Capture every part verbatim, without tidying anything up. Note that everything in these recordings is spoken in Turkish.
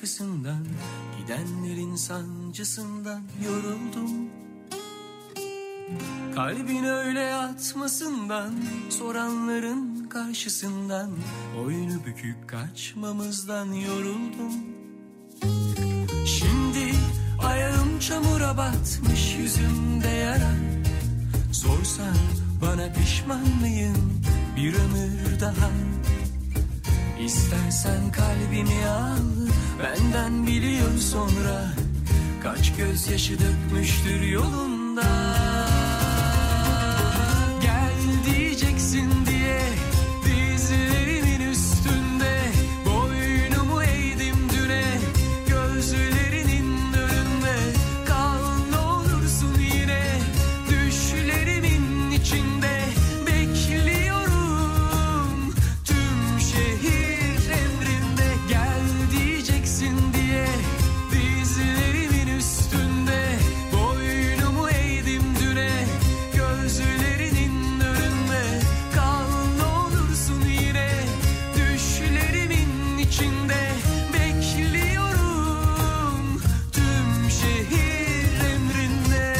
arkasından, gidenlerin sancısından yoruldum. Kalbin öyle atmasından, soranların karşısından, boynu bükük kaçmamızdan yoruldum. Şimdi ayağım çamura batmış, yüzümde yara. Sorsan bana pişman mıyım bir ömür daha? İstersen kalbimi al, benden biliyor sonra, kaç gözyaşı dökmüştür yolunda. Gel diyeceksin diye dizlerimin üstünde, boynumu eğdim düne, gözlerinin önünde. Kal ne olursun yine düşlerimin içinde, bekliyorum tüm şehir emrinde. Gel diyeceksin diye dizlerimin üstünde, boynumu eğdim düne, gözlerinin önünde. Kal ne olursun yine düşlerimin içinde, bekliyorum tüm şehir emrinde.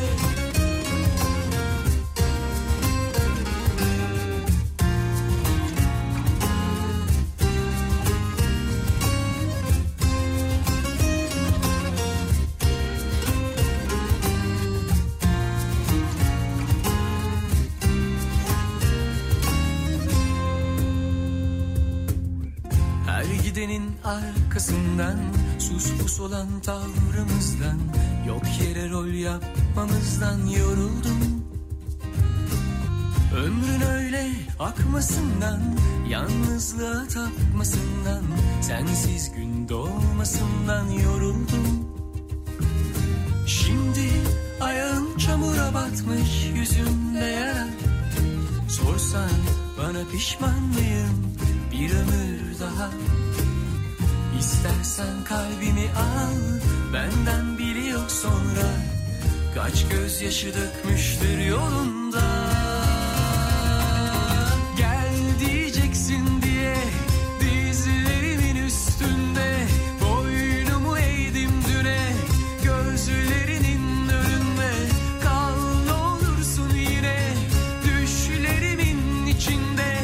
Her gidenin arkasından, sus pus olan tavrımızdan, yok yere rol yapmamızdan yoruldum. Ömrün öyle akmasından, yalnızlığa tapmasından, sensiz gün doğmasından yoruldum. Şimdi ayağım çamura batmış, yüzümde yara. Sorsan bana pişman mıyım bir ömür daha? İstersen kalbimi al, benden biliyor sonra, kaç gözyaşı dökmüştür yolunda. Gel diyeceksin diye dizlerimin üstünde, boynumu eğdim düne, gözlerinin önünde. Kal ne olursun yine düşlerimin içinde,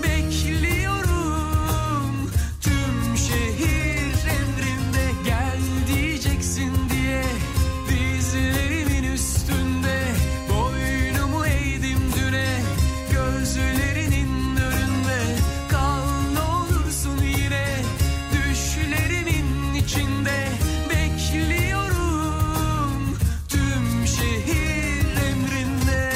bekliyorum tüm şehir emrinde. Gel diyeceksin diye dizlerimin üstünde, boynumu eğdim düne, gözlerinin önünde. Kal ne olursun yine düşlerimin içinde, bekliyorum tüm şehir emrinde.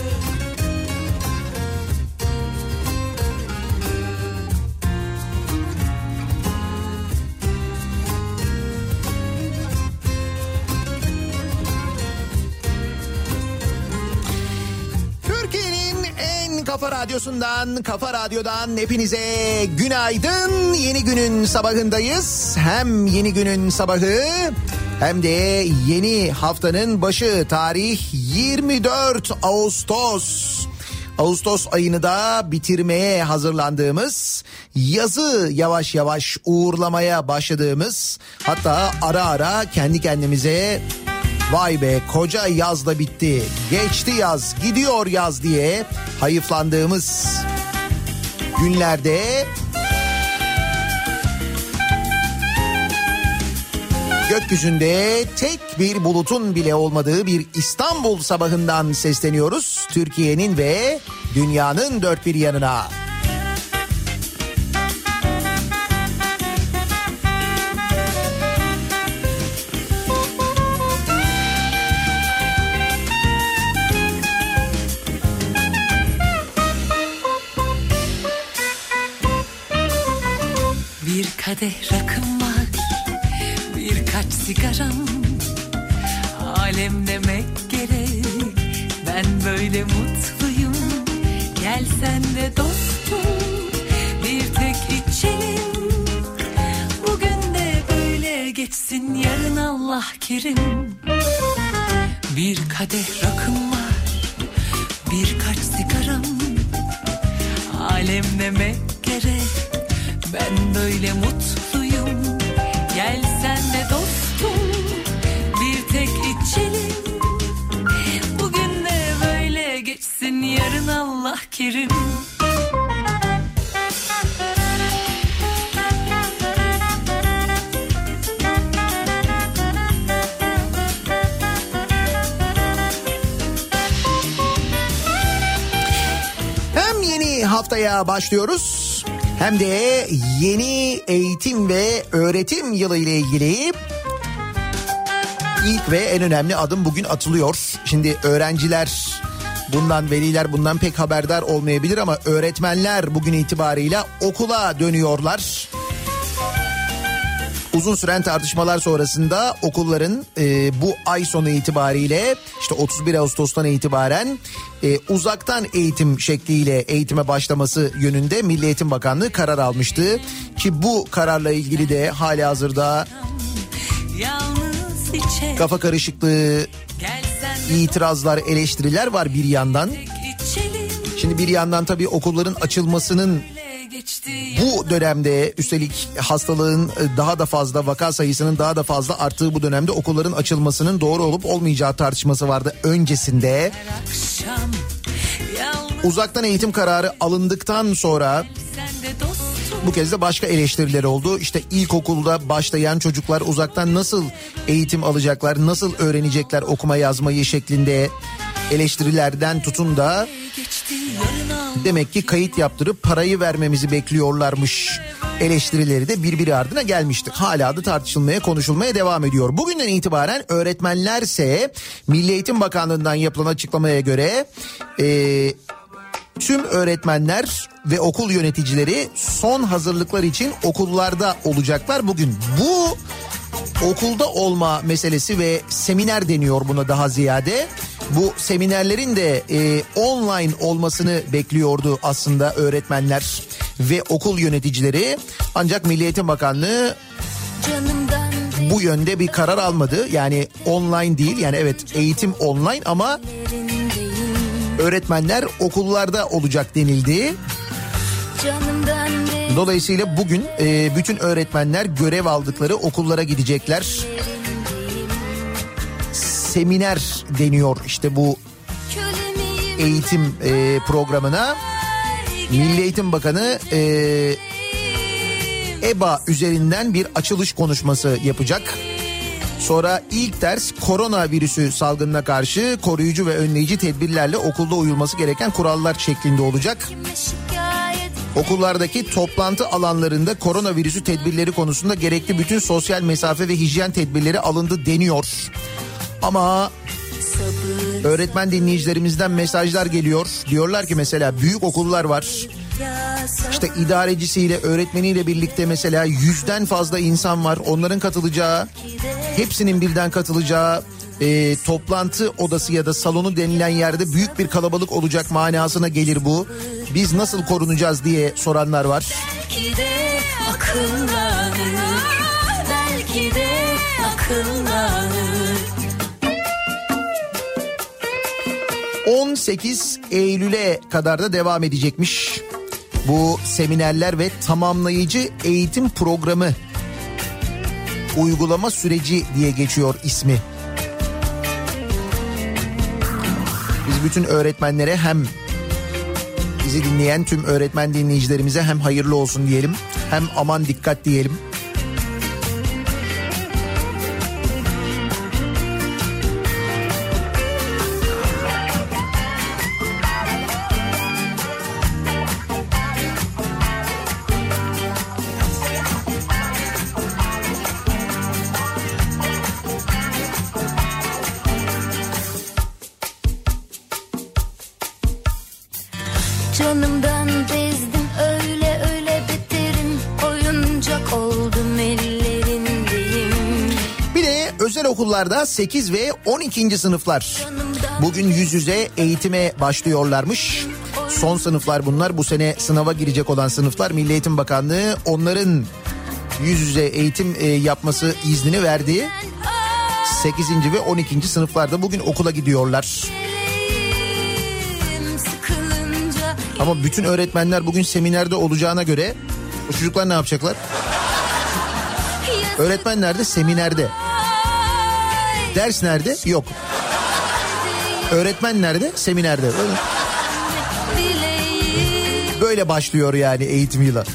Türkiye'nin en kafa radyosundan, Kafa Radyo'dan hepinize günaydın. Yeni günün sabahındayız. Hem yeni günün sabahı hem de yeni haftanın başı. Tarih yirmi dört Ağustos. Ağustos ayını da bitirmeye hazırlandığımız, yazı yavaş yavaş uğurlamaya başladığımız, hatta ara ara kendi kendimize vay be koca yaz da bitti, geçti yaz, gidiyor yaz diye hayıflandığımız günlerde gökyüzünde tek bir bulutun bile olmadığı bir İstanbul sabahından sesleniyoruz Türkiye'nin ve dünyanın dört bir yanına. Bir kadeh rakım var, birkaç sigaram, alem demek gerek, ben böyle mutluyum. Gel sen de dostum, bir tek içelim, bugün de böyle geçsin, yarın Allah kerim. Bir kadeh rakım var, birkaç sigaram, alem demek gerek, ben böyle mutluyum. Gel sen de dostum bir tek içelim. Bugün de böyle geçsin, yarın Allah kerim. Haftaya başlıyoruz. Hem de yeni eğitim ve öğretim yılı ile ilgili ilk ve en önemli adım bugün atılıyor. Şimdi öğrenciler bundan, veliler bundan pek haberdar olmayabilir ama öğretmenler bugün itibarıyla okula dönüyorlar. Uzun süren tartışmalar sonrasında okulların e, bu ay sonu itibariyle işte otuz bir Ağustos'tan itibaren e, uzaktan eğitim şekliyle eğitime başlaması yönünde Milli Eğitim Bakanlığı karar almıştı. Ki bu kararla ilgili de halihazırda kafa karışıklığı, itirazlar, eleştiriler var bir yandan. Şimdi bir yandan tabii okulların açılmasının bu dönemde, üstelik hastalığın daha da fazla, vaka sayısının daha da fazla arttığı bu dönemde okulların açılmasının doğru olup olmayacağı tartışması vardı öncesinde. Uzaktan eğitim kararı alındıktan sonra bu kez de başka eleştiriler oldu. İşte ilkokulda başlayan çocuklar uzaktan nasıl eğitim alacaklar, nasıl öğrenecekler okuma yazmayı şeklinde eleştirilerden tutun da demek ki kayıt yaptırıp parayı vermemizi bekliyorlarmış eleştirileri de birbiri ardına gelmişti. Hala da tartışılmaya, konuşulmaya devam ediyor. Bugünden itibaren öğretmenlerse Milli Eğitim Bakanlığı'ndan yapılan açıklamaya göre e, tüm öğretmenler ve okul yöneticileri son hazırlıklar için okullarda olacaklar bugün. Bu okulda olma meselesi ve seminer deniyor buna daha ziyade. Bu seminerlerin de e, online olmasını bekliyordu aslında öğretmenler ve okul yöneticileri. Ancak Milli Eğitim Bakanlığı bu yönde bir karar almadı. Yani online değil, yani evet eğitim online ama öğretmenler okullarda olacak denildi. Dolayısıyla bugün e, bütün öğretmenler görev aldıkları okullara gidecekler. Seminer deniyor işte bu eğitim e, programına. Milli Eğitim Bakanı e, E B A üzerinden bir açılış konuşması yapacak. Sonra ilk ders koronavirüsü salgınına karşı koruyucu ve önleyici tedbirlerle okulda uyulması gereken kurallar şeklinde olacak. Okullardaki toplantı alanlarında koronavirüsü tedbirleri konusunda gerekli bütün sosyal mesafe ve hijyen tedbirleri alındı deniyor. Ama öğretmen dinleyicilerimizden mesajlar geliyor. Diyorlar ki mesela büyük okullar var. İşte idarecisiyle, öğretmeniyle birlikte mesela yüzden fazla insan var. Onların katılacağı, hepsinin birden katılacağı e, toplantı odası ya da salonu denilen yerde büyük bir kalabalık olacak manasına gelir bu. Biz nasıl korunacağız diye soranlar var. Belki de akıllanır, belki de akıllanır. on sekiz Eylül'e kadar da devam edecekmiş bu seminerler ve tamamlayıcı eğitim programı, uygulama süreci diye geçiyor ismi. Biz bütün öğretmenlere, hem bizi dinleyen tüm öğretmen dinleyicilerimize hem hayırlı olsun diyelim, hem aman dikkat diyelim. Canımdan bezdim öyle öyle beterim, oyuncak oldum ellerindeyim. Bir de özel okullarda sekiz ve on ikinci sınıflar bugün yüz yüze eğitime başlıyorlarmış. Son sınıflar bunlar, bu sene sınava girecek olan sınıflar. Milli Eğitim Bakanlığı onların yüz yüze eğitim yapması iznini verdi. sekizinci ve on ikinci sınıflarda bugün okula gidiyorlar. Ama bütün öğretmenler bugün seminerde olacağına göre o çocuklar ne yapacaklar? Öğretmen nerede? Seminerde. Ders nerede? Yok. Öğretmen nerede? Seminerde. Öyle. Böyle başlıyor yani eğitim yılı.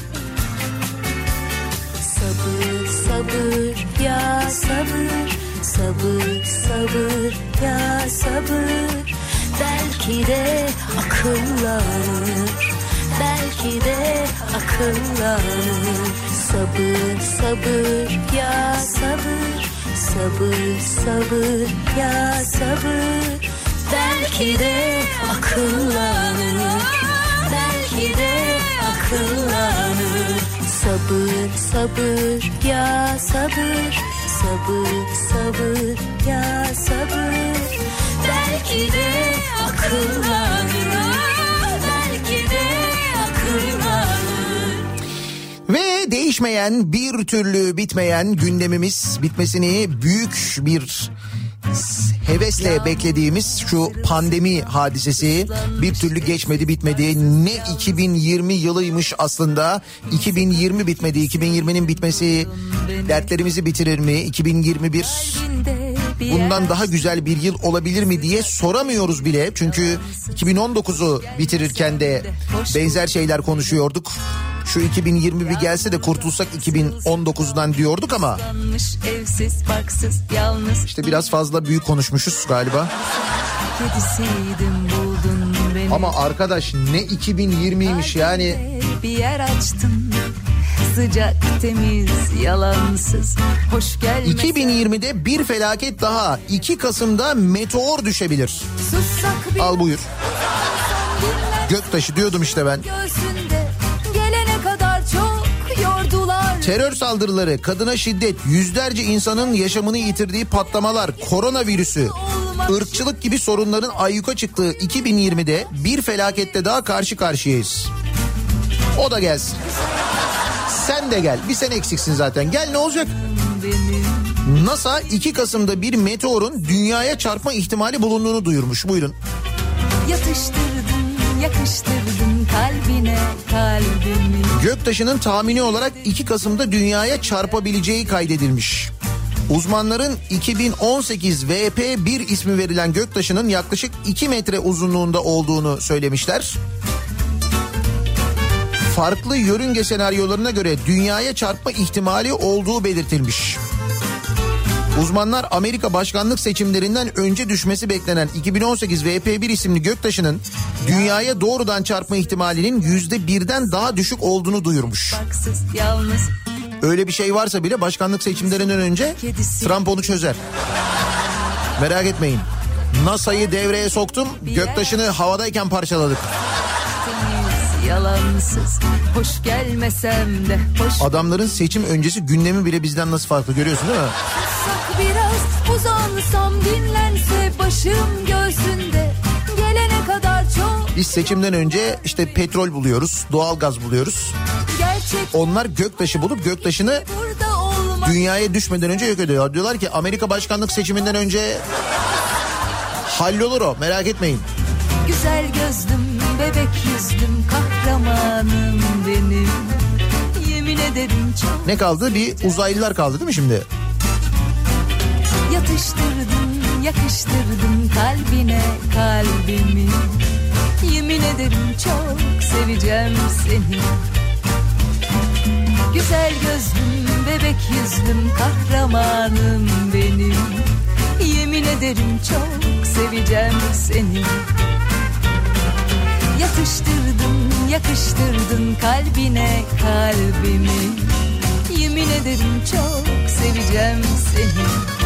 Sabır sabır ya sabır, sabır sabır ya sabır. Belki de akıllanır, belki de akıllanır. Sabır sabır ya sabır, sabır sabır ya sabır. Belki de akıllanır, belki de akıllanır. Sabır sabır ya sabır, sabır sabır ya sabır. Belki de akıllanır, belki de akıllanır. Ve değişmeyen, bir türlü bitmeyen gündemimiz, bitmesini büyük bir hevesle beklediğimiz şu pandemi hadisesi bir türlü geçmedi, bitmedi. Ne iki bin yirmi yılıymış aslında. iki bin yirmi bitmedi. iki bin yirminin bitmesi dertlerimizi bitirir mi? iki bin yirmi bir bundan daha güzel bir yıl olabilir mi diye soramıyoruz bile. Çünkü iki bin on dokuzu bitirirken de benzer şeyler konuşuyorduk. Şu iki bin yirmi bir gelse de kurtulsak iki bin on dokuzdan diyorduk ama evsiz, baksız, yalnız. İşte biraz fazla büyük konuşmuşuz galiba. Ama arkadaş ne iki bin yirmiymiş yani. Bir yer açtın. Sıcak, temiz, yalansız, hoş gelmesen. iki bin yirmide bir felaket daha. iki Kasım'da meteor düşebilir. Al buyur. Göktaşı diyordum işte ben. Gelene kadar çok yordular. Terör saldırıları, kadına şiddet, yüzlerce insanın yaşamını yitirdiği patlamalar, koronavirüsü, ırkçılık gibi sorunların ayyuka çıktığı iki bin yirmide bir felakette daha karşı karşıyayız. O da gelsin. Sen de gel. Bir sen eksiksin zaten. Gel, ne olacak? NASA iki Kasım'da bir meteorun dünyaya çarpma ihtimali bulunduğunu duyurmuş. Buyurun. Yatıştırdın, yakıştırdın kalbine kalbimi. Göktaşının tahmini olarak iki Kasım'da dünyaya çarpabileceği kaydedilmiş. Uzmanların iki bin on sekiz V P bir ismi verilen göktaşının yaklaşık iki metre uzunluğunda olduğunu söylemişler. Farklı yörünge senaryolarına göre dünyaya çarpma ihtimali olduğu belirtilmiş. Uzmanlar Amerika başkanlık seçimlerinden önce düşmesi beklenen iki bin on sekiz V P bir isimli göktaşının dünyaya doğrudan çarpma ihtimalinin yüzde birden daha düşük olduğunu duyurmuş. Öyle bir şey varsa bile başkanlık seçimlerinden önce Trump onu çözer. Merak etmeyin. NASA'yı devreye soktum, göktaşını havadayken parçaladık. Yalansız, hoş gelmesem de hoş. Adamların seçim öncesi gündemi bile bizden nasıl farklı, görüyorsun değil mi? Biraz uzansam dinlense başım göğsünde gelene kadar çok. Biz seçimden önce işte petrol buluyoruz, doğalgaz buluyoruz. Gerçek. Onlar göktaşı bulup göktaşını dünyaya düşmeden önce yok ediyor. Diyorlar ki Amerika başkanlık seçiminden önce hallolur o, merak etmeyin. Güzel gözlüm, bebek yüzlüm, kahramanım benim. Yemin ederim çok. Ne kaldı? Bir uzaylılar kaldı değil mi şimdi? Yatıştırdın, yakıştırdın kalbine kalbimi. Yemin ederim çok seveceğim seni. Güzel gözlüm, bebek yüzlüm, kahramanım benim. Yemin ederim çok seveceğim seni. Yatıştırdın, yakıştırdın kalbine kalbimi. Yemin ederim çok seveceğim seni.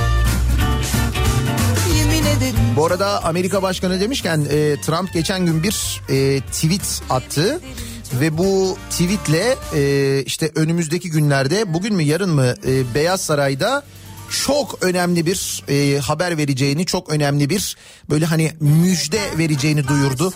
Yemin ederim. Bu arada Amerika Başkanı demişken e, Trump geçen gün bir e, tweet attı. Ve bu tweetle e, işte önümüzdeki günlerde, bugün mü yarın mı e, Beyaz Saray'da çok önemli bir e, haber vereceğini, çok önemli bir böyle hani müjde vereceğini duyurdu.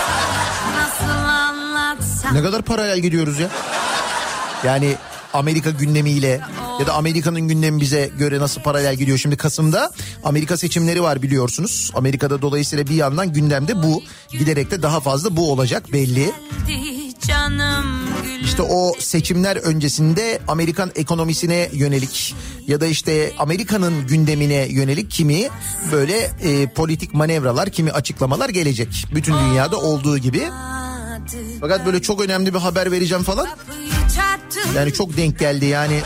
Ne kadar paralel gidiyoruz ya. Yani Amerika gündemiyle ya da Amerika'nın gündemi bize göre nasıl paralel gidiyor. Şimdi Kasım'da Amerika seçimleri var biliyorsunuz. Amerika'da dolayısıyla bir yandan gündemde bu. Giderek de daha fazla bu olacak belli. Canım gülüm. işte o seçimler öncesinde Amerikan ekonomisine yönelik ya da işte Amerika'nın gündemine yönelik kimi böyle e, politik manevralar, kimi açıklamalar gelecek. Bütün dünyada olduğu gibi. Fakat böyle çok önemli bir haber vereceğim falan. Yani çok denk geldi yani.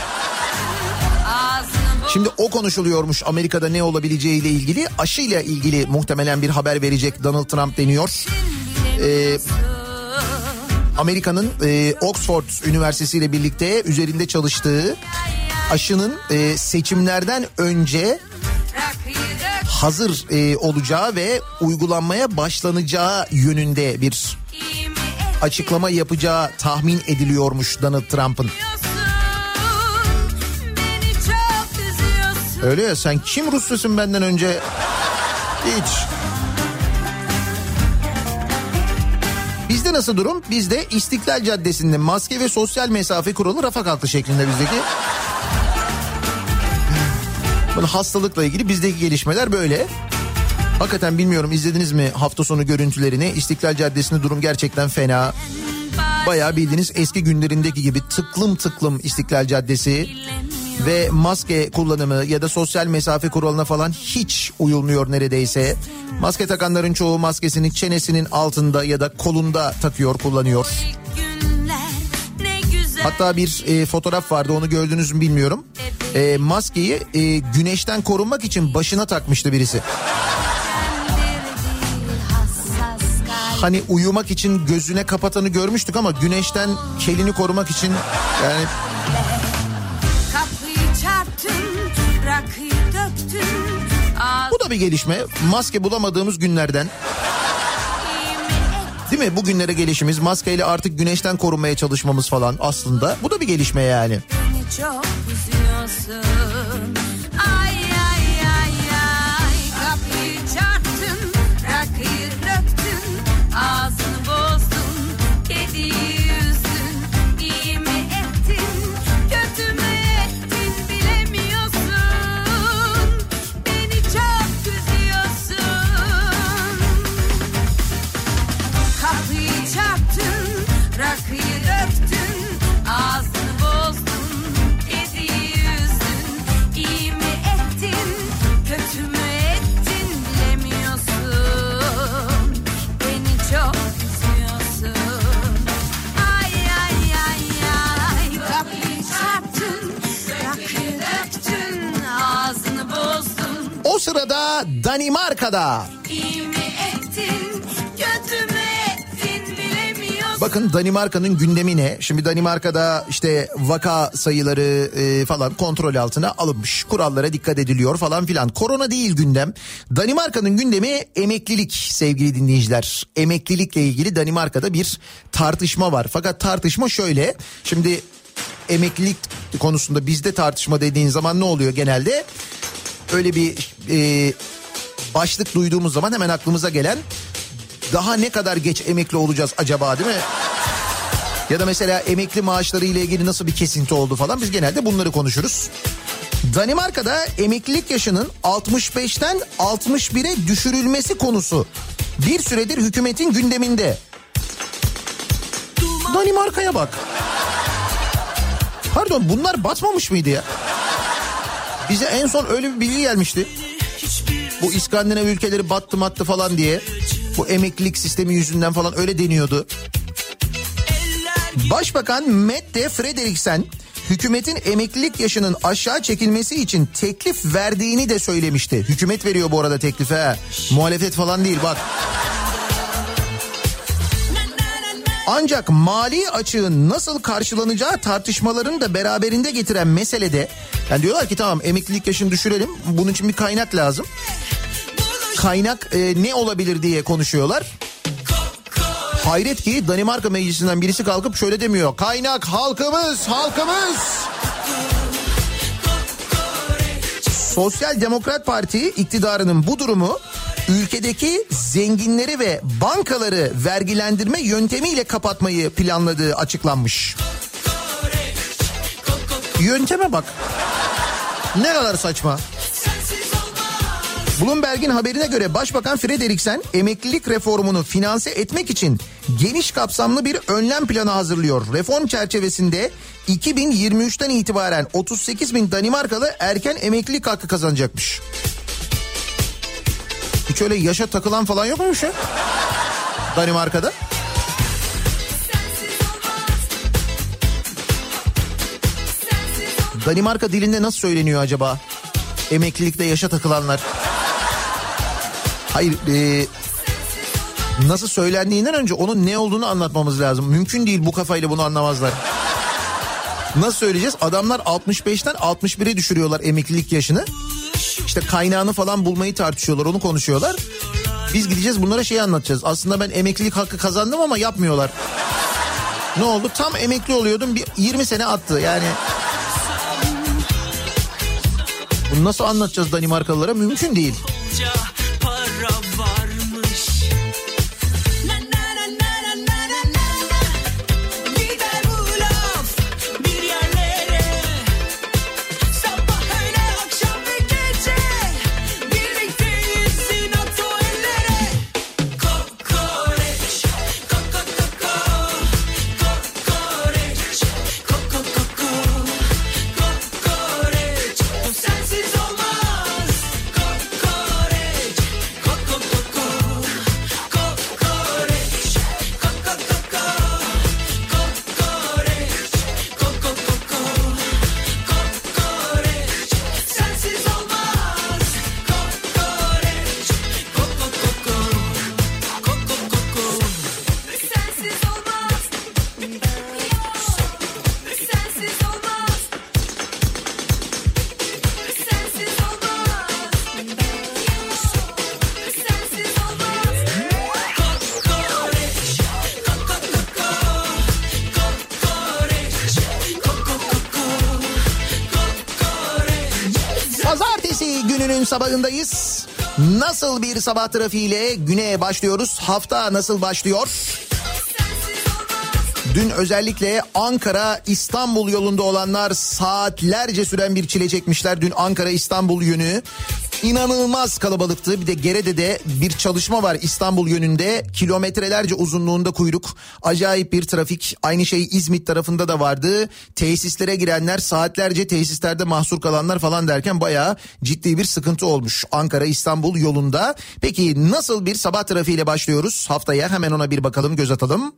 Şimdi o konuşuluyormuş, Amerika'da ne olabileceğiyle ilgili. Aşıyla ilgili muhtemelen bir haber verecek Donald Trump deniyor. Ee, Amerika'nın e, Oxford Üniversitesi ile birlikte üzerinde çalıştığı aşının e, seçimlerden önce hazır e, olacağı ve uygulanmaya başlanacağı yönünde bir açıklama yapacağı tahmin ediliyormuş Donald Trump'ın. Öyle ya, sen kim Rus'sun benden önce? Hiç. Bizde nasıl durum? Bizde İstiklal Caddesi'nde maske ve sosyal mesafe kuralı rafa kalktı şeklinde bizdeki. Bunun hastalıkla ilgili bizdeki gelişmeler böyle. Hakikaten bilmiyorum, izlediniz mi hafta sonu görüntülerini? İstiklal Caddesi'nde durum gerçekten fena. Bayağı bildiğiniz eski günlerindeki gibi tıklım tıklım İstiklal Caddesi. Ve maske kullanımı ya da sosyal mesafe kuralına falan hiç uyulmuyor neredeyse. Maske takanların çoğu maskesini çenesinin altında ya da kolunda takıyor, kullanıyor. Hatta bir e, fotoğraf vardı, onu gördünüz mü bilmiyorum. E, maskeyi e, güneşten korunmak için başına takmıştı birisi. Hani uyumak için gözüne kapatanı görmüştük ama güneşten kelini korumak için yani... Bu da bir gelişme. Maske bulamadığımız günlerden. Değil mi? Bugünlere gelişimiz, maskeyle artık güneşten korunmaya çalışmamız falan aslında. Bu da bir gelişme yani. Çok üzüyorsun. Ay ay ay ay. Kapıyı çarptın, rakıyı döktün, ağzını bozdun, kediyi üzdün, iyi mi ettin, kötü mü ettin bilemiyorsun. Beni çok üzüyorsun. Kapıyı çarptın, rakıyı döktün, ağzını bozdun, kediyi üzdün, iyi mi ettin, kötü mü ettin bilemiyorsun. Beni çok üzüyorsun. Ay ay ay ay. Kapıyı çarptın, rakıyı döktün, ağzını bozdun. O sırada Danimarka'da. İyi mi ettin, kötü mü ettin bilemiyorsun. Bakın Danimarka'nın gündemi ne? Şimdi Danimarka'da işte vaka sayıları e, falan kontrol altına alınmış. Kurallara dikkat ediliyor falan filan. Korona değil gündem. Danimarka'nın gündemi emeklilik sevgili dinleyiciler. Emeklilikle ilgili Danimarka'da bir tartışma var. Fakat tartışma şöyle. Şimdi emeklilik konusunda bizde tartışma dediğin zaman ne oluyor genelde? Öyle bir e, başlık duyduğumuz zaman hemen aklımıza gelen... Daha ne kadar geç emekli olacağız acaba, değil mi? Ya da mesela emekli maaşları ile ilgili nasıl bir kesinti oldu falan, biz genelde bunları konuşuruz. Danimarka'da emeklilik yaşının altmış beşten altmış bire düşürülmesi konusu bir süredir hükümetin gündeminde. Danimarka'ya bak. Pardon, bunlar batmamış mıydı ya? Bize en son öyle bir bilgi gelmişti. Bu İskandinav ülkeleri battı mattı falan diye. Bu emeklilik sistemi yüzünden falan öyle deniyordu. Başbakan Mette Frederiksen hükümetin emeklilik yaşının aşağı çekilmesi için teklif verdiğini de söylemişti. Hükümet veriyor bu arada teklifi, ha. Muhalefet falan değil bak. Ancak mali açığın nasıl karşılanacağı tartışmalarını da beraberinde getiren meselede, yani diyorlar ki tamam emeklilik yaşını düşürelim, bunun için bir kaynak lazım. Kaynak e, ne olabilir diye konuşuyorlar. Hayret ki Danimarka Meclisi'nden birisi kalkıp şöyle demiyor. Kaynak halkımız, halkımız. Sosyal Demokrat Parti iktidarının bu durumu ülkedeki zenginleri ve bankaları vergilendirme yöntemiyle kapatmayı planladığı açıklanmış. Yönteme bak. Ne kadar saçma. Bloomberg'in haberine göre Başbakan Frederiksen emeklilik reformunu finanse etmek için geniş kapsamlı bir önlem planı hazırlıyor. Reform çerçevesinde iki bin yirmi üçten itibaren otuz sekiz bin Danimarkalı erken emeklilik hakkı kazanacakmış. Hiç öyle yaşa takılan falan yok muymuş ya Danimarka'da? Danimarka dilinde nasıl söyleniyor acaba? Emeklilikte yaşa takılanlar. Hayır, e, nasıl söylendiğinden önce onun ne olduğunu anlatmamız lazım. Mümkün değil, bu kafayla bunu anlamazlar. Nasıl söyleyeceğiz? Adamlar altmış beşten altmış bire düşürüyorlar emeklilik yaşını. İşte kaynağını falan bulmayı tartışıyorlar, onu konuşuyorlar. Biz gideceğiz bunlara şeyi anlatacağız. Aslında ben emeklilik hakkı kazandım ama yapmıyorlar. Ne oldu? Tam emekli oluyordum, bir yirmi sene attı yani. Bunu nasıl anlatacağız Danimarkalılara? Mümkün değil. Sabahındayız. Nasıl bir sabah trafiğiyle güne başlıyoruz? Hafta nasıl başlıyor? Dün özellikle Ankara İstanbul yolunda olanlar saatlerce süren bir çile çekmişler. Dün Ankara İstanbul yönü inanılmaz kalabalıktı. Bir de Gerede'de bir çalışma var İstanbul yönünde. Kilometrelerce uzunluğunda kuyruk. Acayip bir trafik. Aynı şey İzmit tarafında da vardı. Tesislere girenler, saatlerce tesislerde mahsur kalanlar falan derken bayağı ciddi bir sıkıntı olmuş Ankara İstanbul yolunda. Peki nasıl bir sabah trafiğiyle başlıyoruz haftaya? Hemen ona bir bakalım, göz atalım.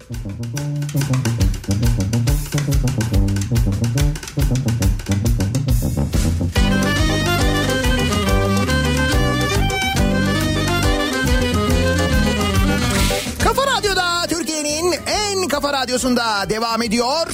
Kafa Radyo'da, Türkiye'nin en kafa radyosunda devam ediyor.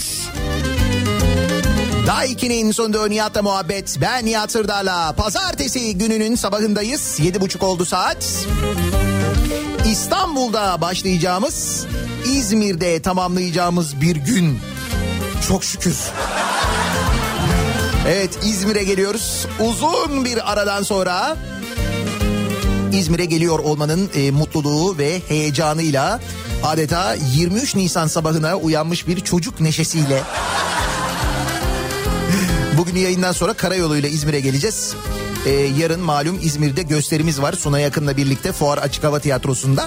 Daha ikinin sonunda Nihat'la muhabbet. Ben Nihat Sırdar'la. Pazartesi gününün sabahındayız. Yedi buçuk oldu saat. İstanbul'da başlayacağımız, İzmir'de tamamlayacağımız bir gün. Çok şükür. Evet, İzmir'e geliyoruz. Uzun bir aradan sonra İzmir'e geliyor olmanın e, mutluluğu ve heyecanıyla, adeta yirmi üç Nisan sabahına uyanmış bir çocuk neşesiyle. Bugün yayından sonra karayoluyla İzmir'e geleceğiz. Ee, yarın malum İzmir'de gösterimiz var. Sunay Akın'la birlikte Fuar Açık Hava Tiyatrosu'nda.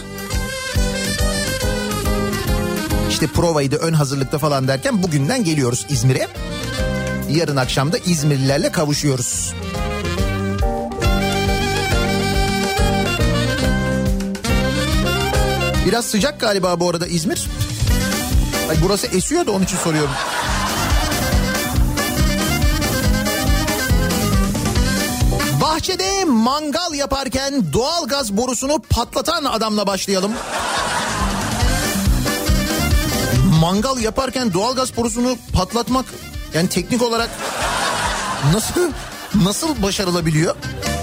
İşte provaydı, ön hazırlıkta falan derken bugünden geliyoruz İzmir'e. Yarın akşam da İzmirlilerle kavuşuyoruz. Biraz sıcak galiba bu arada İzmir. Ay, burası esiyor da onun için soruyorum. Bahçede mangal yaparken doğalgaz borusunu patlatan adamla başlayalım. Mangal yaparken doğalgaz borusunu patlatmak, yani teknik olarak nasıl nasıl başarılabiliyor?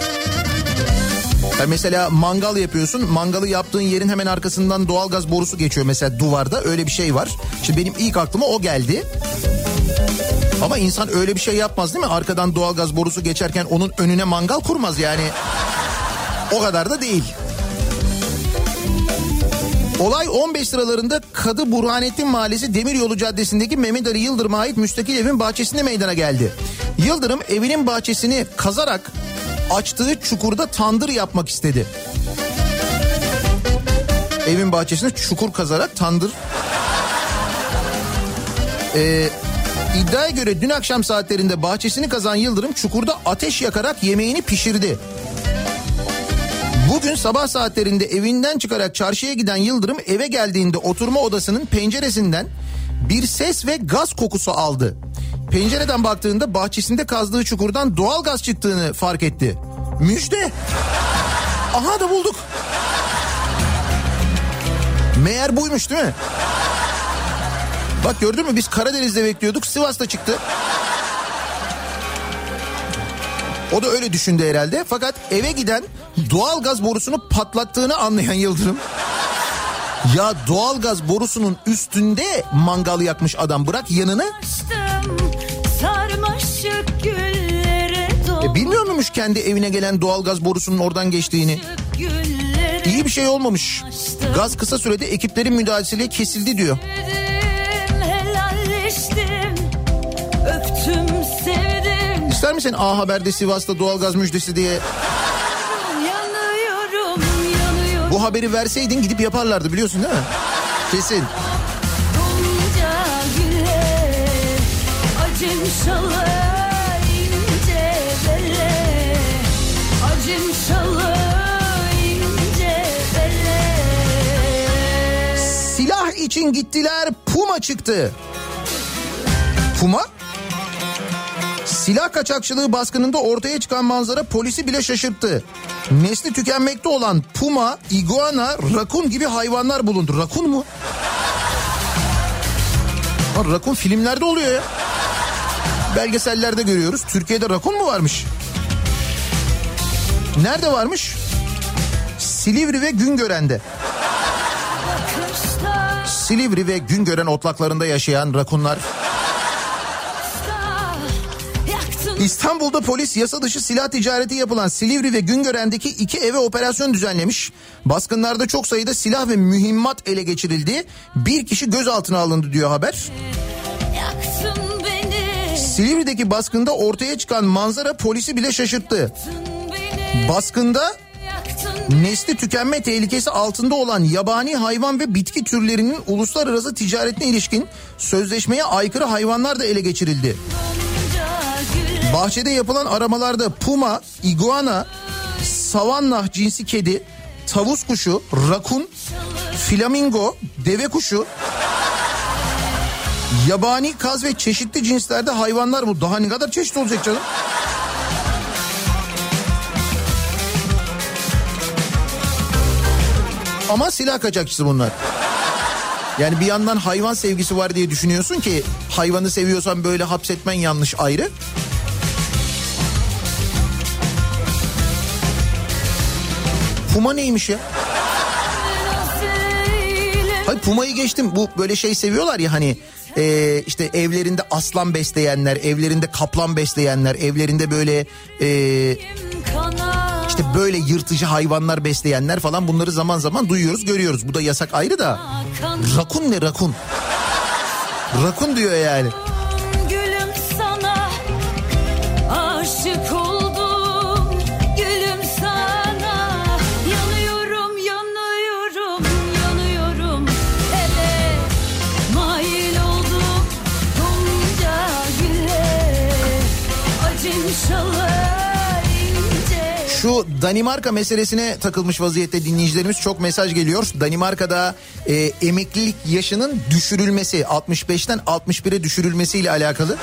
Yani mesela mangal yapıyorsun, mangalı yaptığın yerin hemen arkasından doğalgaz borusu geçiyor mesela duvarda, öyle bir şey var. Şimdi benim ilk aklıma o geldi. Ama insan öyle bir şey yapmaz değil mi? Arkadan doğalgaz borusu geçerken onun önüne mangal kurmaz yani. O kadar da değil. Olay on beş liralarında Kadı Burhanettin Mahallesi Demiryolu Caddesi'ndeki Mehmet Ali Yıldırım'a ait müstakil evin bahçesinde meydana geldi. Yıldırım evinin bahçesini kazarak açtığı çukurda tandır yapmak istedi. Evin bahçesine çukur kazarak tandır. Ee, iddiaya göre dün akşam saatlerinde bahçesini kazan Yıldırım çukurda ateş yakarak yemeğini pişirdi. Bugün sabah saatlerinde evinden çıkarak çarşıya giden Yıldırım eve geldiğinde oturma odasının penceresinden bir ses ve gaz kokusu aldı. Pencereden baktığında bahçesinde kazdığı çukurdan doğal gaz çıktığını fark etti. Müjde! Aha da bulduk. Meğer buymuş değil mi? Bak gördün mü, biz Karadeniz'de bekliyorduk, Sivas'ta çıktı. O da öyle düşündü herhalde. Fakat eve giden doğal gaz borusunu patlattığını anlayan Yıldırım. Ya doğal gaz borusunun üstünde mangal yakmış adam, bırak yanını. E bilmiyor muymuş kendi evine gelen doğal gaz borusunun oradan geçtiğini? İyi bir şey olmamış. Gaz kısa sürede ekiplerin müdahalesiyle kesildi diyor. Öptüm, sevdim. İster misin A Haber'de Sivas'ta doğalgaz müjdesi diye? Yanıyorum, yanıyorum. Bu haberi verseydin gidip yaparlardı, biliyorsun değil mi? Kesin. Gonca güle, acım şalı ince belle, acım şalı ince belle. Silah için gittiler, Puma çıktı. Puma? Silah kaçakçılığı baskınında ortaya çıkan manzara polisi bile şaşırttı. Nesli tükenmekte olan puma, iguana, rakun gibi hayvanlar bulundu. Rakun mu? Ha, rakun filmlerde oluyor ya. Belgesellerde görüyoruz. Türkiye'de rakun mu varmış? Nerede varmış? Silivri ve Güngören'de. Silivri ve Güngören otlaklarında yaşayan rakunlar. İstanbul'da polis yasa dışı silah ticareti yapılan Silivri ve Güngören'deki iki eve operasyon düzenlemiş. Baskınlarda çok sayıda silah ve mühimmat ele geçirildi. Bir kişi gözaltına alındı diyor haber. Silivri'deki baskında ortaya çıkan manzara polisi bile şaşırttı. Baskında nesli tükenme tehlikesi altında olan yabani hayvan ve bitki türlerinin uluslararası ticaretine ilişkin sözleşmeye aykırı hayvanlar da ele geçirildi. Bahçede yapılan aramalarda puma, iguana, savannah cinsi kedi, tavus kuşu, rakun, flamingo, deve kuşu, yabani kaz ve çeşitli cinslerde hayvanlar bu. Daha ne kadar çeşit olacak canım? Ama silah kaçakçısı bunlar. Yani bir yandan hayvan sevgisi var diye düşünüyorsun ki hayvanı seviyorsan böyle hapsetmen yanlış, ayrı. Puma neymiş ya? Hayır, pumayı geçtim. Bu böyle şey seviyorlar ya hani e, işte evlerinde aslan besleyenler, evlerinde kaplan besleyenler, evlerinde böyle e, işte böyle yırtıcı hayvanlar besleyenler falan, bunları zaman zaman duyuyoruz, görüyoruz. Bu da yasak ayrı da. Rakun ne rakun? Rakun diyor yani. Gülüm sana aşık oldum, gülüm sana yanıyorum, yanıyorum, yanıyorum. Ele mail oldum gonca güle, acım şalı. Şu Danimarka meselesine takılmış vaziyette dinleyicilerimiz, çok mesaj geliyor. Danimarka'da e, emeklilik yaşının düşürülmesi, altmış beşten altmış bire düşürülmesiyle alakalı.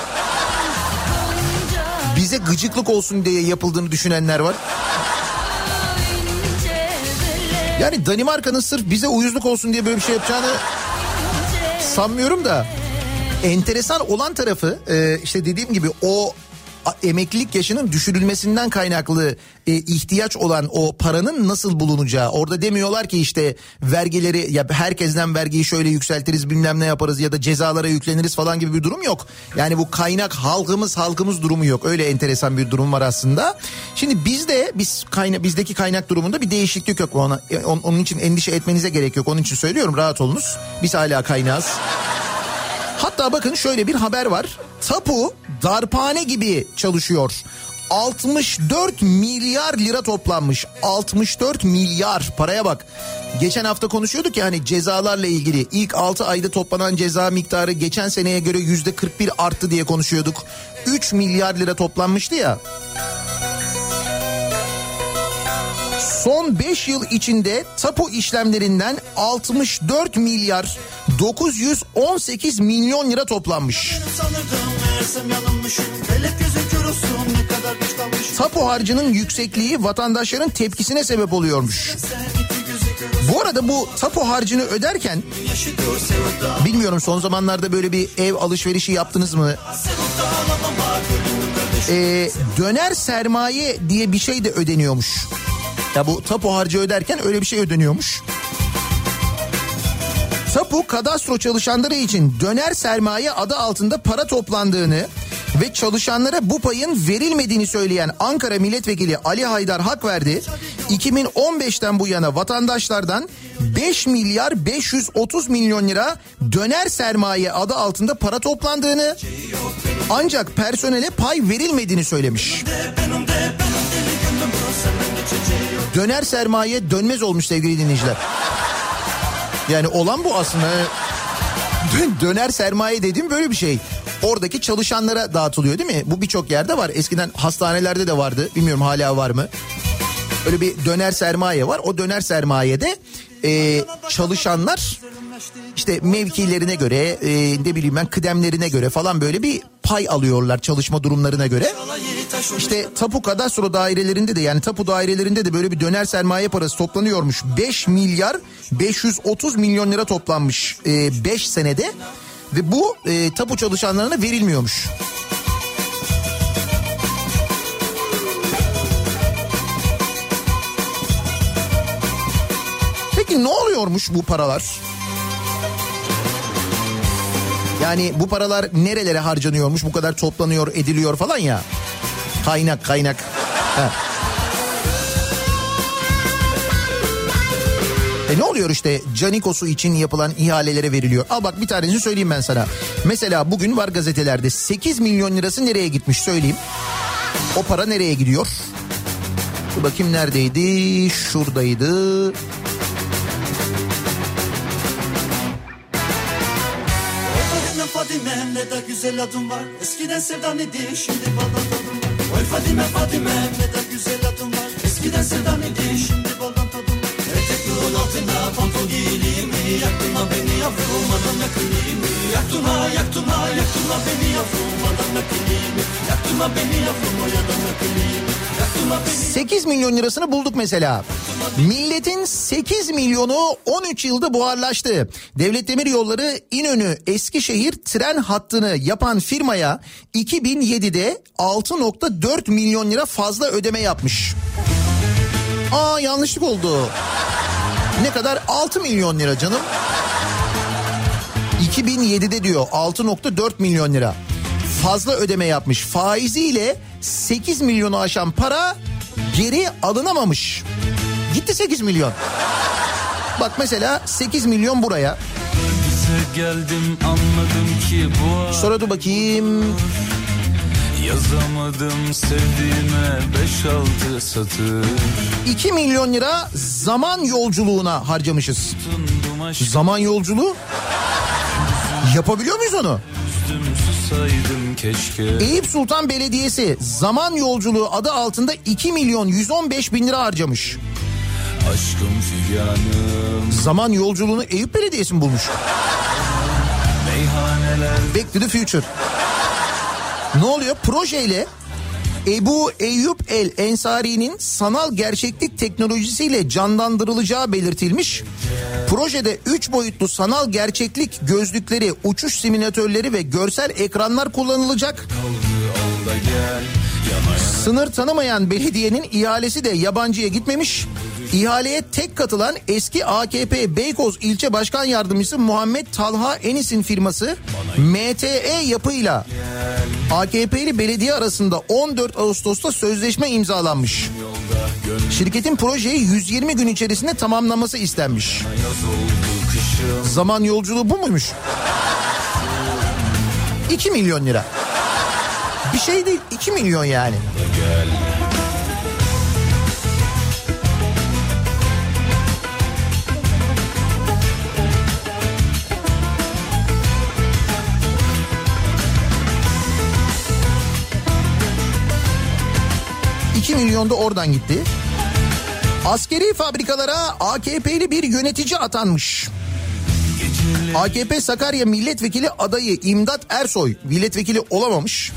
Bize gıcıklık olsun diye yapıldığını düşünenler var. Yani Danimarka'nın sırf bize uyuzluk olsun diye böyle bir şey yapacağını sanmıyorum da. Enteresan olan tarafı e, işte dediğim gibi o emeklilik yaşının düşürülmesinden kaynaklı e, ihtiyaç olan o paranın nasıl bulunacağı. Orada demiyorlar ki işte vergileri, ya herkesten vergiyi şöyle yükseltiriz, bilmem ne yaparız ya da cezalara yükleniriz falan gibi bir durum yok. Yani bu kaynak halkımız halkımız durumu yok. Öyle enteresan bir durum var aslında. Şimdi bizde biz kayna bizdeki kaynak durumunda bir değişiklik yok. Ona, onun için endişe etmenize gerek yok. Onun için söylüyorum, rahat olunuz. Biz hala kaynağız. Hatta bakın şöyle bir haber var. Tapu darphane gibi çalışıyor. altmış dört milyar lira toplanmış. altmış dört milyar, paraya bak. Geçen hafta konuşuyorduk ya hani cezalarla ilgili. İlk altı ayda toplanan ceza miktarı geçen seneye göre yüzde kırk bir arttı diye konuşuyorduk. üç milyar lira toplanmıştı ya. Son beş yıl içinde tapu işlemlerinden altmış dört milyar dokuz yüz on sekiz milyon lira toplanmış. Tapu harcının yüksekliği vatandaşların tepkisine sebep oluyormuş. Bu arada bu tapu harcını öderken bilmiyorum son zamanlarda böyle bir ev alışverişi yaptınız mı? Ee, döner sermaye diye bir şey de ödeniyormuş. Ya bu tapu harcı öderken öyle bir şey ödeniyormuş. Tapu kadastro çalışanları için döner sermaye adı altında para toplandığını ve çalışanlara bu payın verilmediğini söyleyen Ankara Milletvekili Ali Haydar Hakverdi, iki bin on beşten bu yana vatandaşlardan beş milyar beş yüz otuz milyon lira döner sermaye adı altında para toplandığını ancak personele pay verilmediğini söylemiş. Döner sermaye dönmez olmuş sevgili dinleyiciler. Yani olan bu aslında. Döner sermaye dediğim böyle bir şey. Oradaki çalışanlara dağıtılıyor değil mi? Bu birçok yerde var. Eskiden hastanelerde de vardı. Bilmiyorum hala var mı? Öyle bir döner sermaye var. O döner sermayede e, çalışanlar işte mevkilerine göre e, ne bileyim ben kıdemlerine göre falan böyle bir pay alıyorlar çalışma durumlarına göre. İşte tapu kadastro dairelerinde de yani tapu dairelerinde de böyle bir döner sermaye parası toplanıyormuş. beş milyar beş yüz otuz milyon lira toplanmış beş e, senede ve bu e, tapu çalışanlarına verilmiyormuş. Peki ne oluyormuş bu paralar? Yani bu paralar nerelere harcanıyormuş, bu kadar toplanıyor, ediliyor falan ya. Kaynak kaynak. Ha. E ne oluyor işte Canikos'u için yapılan ihalelere veriliyor. Al bak bir tanesini söyleyeyim ben sana. Mesela bugün var gazetelerde sekiz milyon lirası nereye gitmiş söyleyeyim. O para nereye gidiyor? Dur bakayım neredeydi? Şuradaydı. Fadime ne de güzel adım var. Eskiden sevdan idi şimdi baldan tadım var. Oy Fadime Fadime ne de güzel adım var. Eskiden sevdan idi şimdi baldan tadım var. Etekliğin altına pantol giyileyim mi? Yaktın ha beni yavrum adam yakılıyım mi? Yaktın ha yaktın ha yaktın ha beni yavrum adam yakılıyım mi? Yaktın ha beni yavrum o adam yakılıyım mi? sekiz milyon lirasını bulduk mesela. Milletin sekiz milyonu on üç yılda buharlaştı. Devlet Demiryolları İnönü Eskişehir tren hattını yapan firmaya iki bin yedide altı nokta dört milyon lira fazla ödeme yapmış. Aa yanlışlık oldu. Ne kadar? altı milyon lira canım. iki bin yedide diyor altı nokta dört milyon lira. Fazla ödeme yapmış. Faiziyle sekiz milyonu aşan para geri alınamamış. Gitti sekiz milyon. Bak mesela sekiz milyon buraya. Geldim anladım ki bu. Sonra dur bakayım. Yazamadım sevdiğime beş altı satır. iki milyon lira zaman yolculuğuna harcamışız. Zaman yolculuğu? Yapabiliyor muyuz onu? Eyüp Sultan Belediyesi zaman yolculuğu adı altında iki milyon yüz on beş bin lira harcamış. Aşkım figanım. Zaman yolculuğunu Eyüp Belediyesi mi bulmuş? Meyhaneler. Back to the Future. Ne oluyor? Projeyle Ebu Eyyub El Ensari'nin sanal gerçeklik teknolojisiyle canlandırılacağı belirtilmiş. Projede üç boyutlu sanal gerçeklik gözlükleri, uçuş simülatörleri ve görsel ekranlar kullanılacak. Sınır tanımayan belediyenin ihalesi de yabancıya gitmemiş. İhaleye tek katılan eski A K P Beykoz İlçe Başkan Yardımcısı Muhammed Talha Enis'in firması M T E yapıyla A K P'li belediye arasında on dört Ağustos'ta sözleşme imzalanmış. Şirketin projeyi yüz yirmi gün içerisinde tamamlaması istenmiş. Zaman yolculuğu bu muymuş? iki milyon lira. Bir şey değil, iki milyon yani. Gel. iki milyon da oradan gitti. Askeri fabrikalara A K P'li bir yönetici atanmış. A K P Sakarya Milletvekili adayı İmdat Ersoy milletvekili olamamış.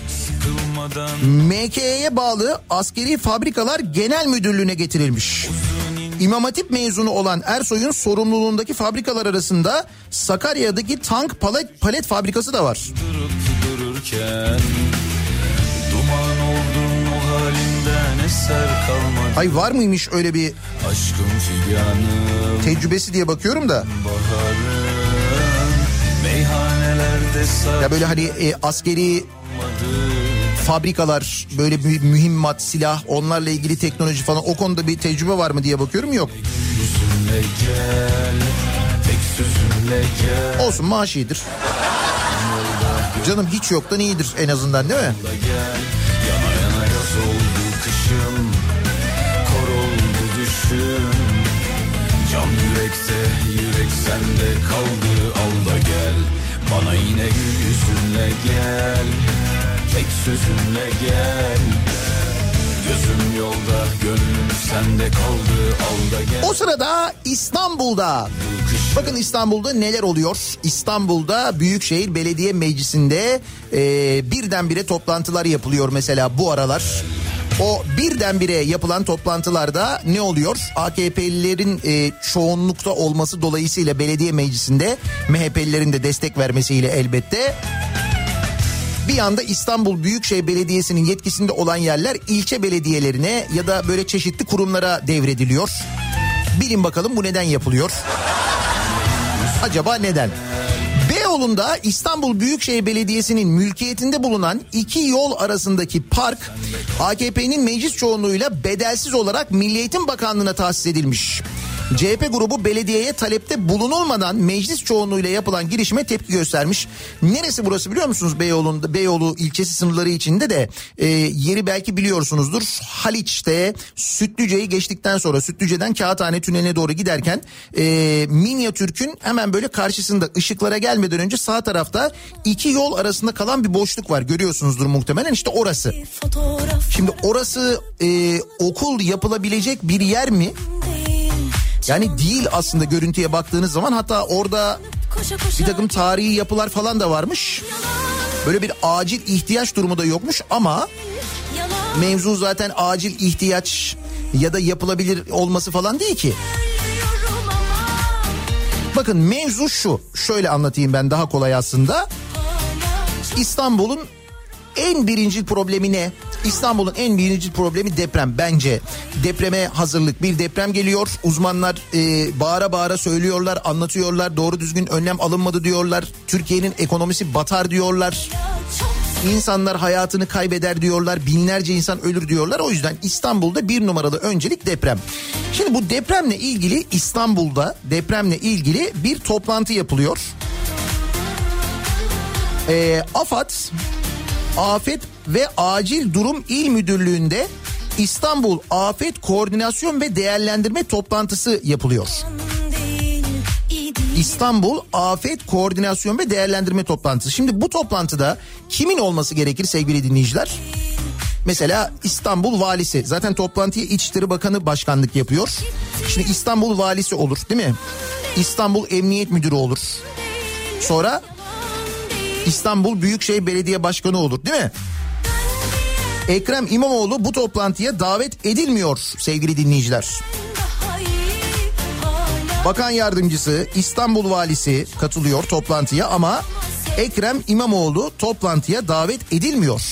M K E'ye bağlı Askeri Fabrikalar Genel Müdürlüğü'ne getirilmiş. İmam Hatip mezunu olan Ersoy'un sorumluluğundaki fabrikalar arasında Sakarya'daki tank palet, palet fabrikası da var. Durup dururken duman oldun o halinden eser kalmadı. Ay var mıymış öyle bir Aşkım figanım tecrübesi diye bakıyorum da. baharım meyhanelerde Ya böyle hani e, askeri fabrikalar, böyle bir mühimmat, silah, onlarla ilgili teknoloji falan, o konuda bir tecrübe var mı diye bakıyorum, yok. yüzünle gel, tek sözünle gel. Olsun, maaş iyidir. Canım hiç yoktan iyidir en azından, değil mi? Gel, yana yana yaz oldu kışım, kor oldu düşüm. Can yürekte, yürek sende kaldı, al da gel. Bana yine gül yüzünle gel, tek sözünle gel. Gözüm yolda, gönlüm sende kaldı, al da gel. O sırada İstanbul'da, bakın İstanbul'da neler oluyor? İstanbul'da Büyükşehir Belediye Meclisi'nde e, birdenbire toplantılar yapılıyor mesela bu aralar. O birdenbire yapılan toplantılarda ne oluyor? A K P'lilerin e, çoğunlukta olması dolayısıyla belediye meclisinde, M H P'lilerin de destek vermesiyle elbette, bir anda İstanbul Büyükşehir Belediyesi'nin yetkisinde olan yerler ilçe belediyelerine ya da böyle çeşitli kurumlara devrediliyor. Bilin bakalım bu neden yapılıyor? Acaba neden? Beyoğlu'nda İstanbul Büyükşehir Belediyesi'nin mülkiyetinde bulunan iki yol arasındaki park A K P'nin meclis çoğunluğuyla bedelsiz olarak Milli Eğitim Bakanlığı'na tahsis edilmiş. C H P grubu belediyeye talepte bulunulmadan meclis çoğunluğuyla yapılan girişime tepki göstermiş. Neresi burası biliyor musunuz? Beyoğlu'nda, Beyoğlu ilçesi sınırları içinde de e, yeri belki biliyorsunuzdur. Haliç'te Sütlüce'yi geçtikten sonra Sütlüce'den Kağıthane Tüneli'ne doğru giderken e, Minyatürk'ün hemen böyle karşısında, ışıklara gelmeden önce sağ tarafta iki yol arasında kalan bir boşluk var. Görüyorsunuzdur muhtemelen, işte orası. Şimdi orası e, okul yapılabilecek bir yer mi? Yani değil aslında görüntüye baktığınız zaman. Hatta orada bir takım tarihi yapılar falan da varmış. Böyle bir acil ihtiyaç durumu da yokmuş ama mevzu zaten acil ihtiyaç ya da yapılabilir olması falan değil ki. Bakın mevzu şu, şöyle anlatayım ben daha kolay aslında. İstanbul'un en birinci problemi ne? İstanbul'un en birinci problemi deprem bence. Depreme hazırlık, bir deprem geliyor. Uzmanlar e, bağıra bağıra söylüyorlar, anlatıyorlar. Doğru düzgün önlem alınmadı diyorlar. Türkiye'nin ekonomisi batar diyorlar. İnsanlar hayatını kaybeder diyorlar. Binlerce insan ölür diyorlar. O yüzden İstanbul'da bir numaralı öncelik deprem. Şimdi bu depremle ilgili İstanbul'da depremle ilgili bir toplantı yapılıyor. E, AFAD, Afet ve Acil Durum İl Müdürlüğü'nde İstanbul Afet Koordinasyon ve Değerlendirme Toplantısı yapılıyor. İstanbul Afet Koordinasyon ve Değerlendirme Toplantısı. Şimdi bu toplantıda kimin olması gerekir sevgili dinleyiciler? Mesela İstanbul Valisi, zaten toplantıya İçişleri Bakanı başkanlık yapıyor. Şimdi İstanbul Valisi olur, değil mi? İstanbul Emniyet Müdürü olur. Sonra İstanbul Büyükşehir Belediye Başkanı olur, değil mi? Ekrem İmamoğlu bu toplantıya davet edilmiyor sevgili dinleyiciler. Bakan Yardımcısı, İstanbul Valisi katılıyor toplantıya ama Ekrem İmamoğlu toplantıya davet edilmiyor.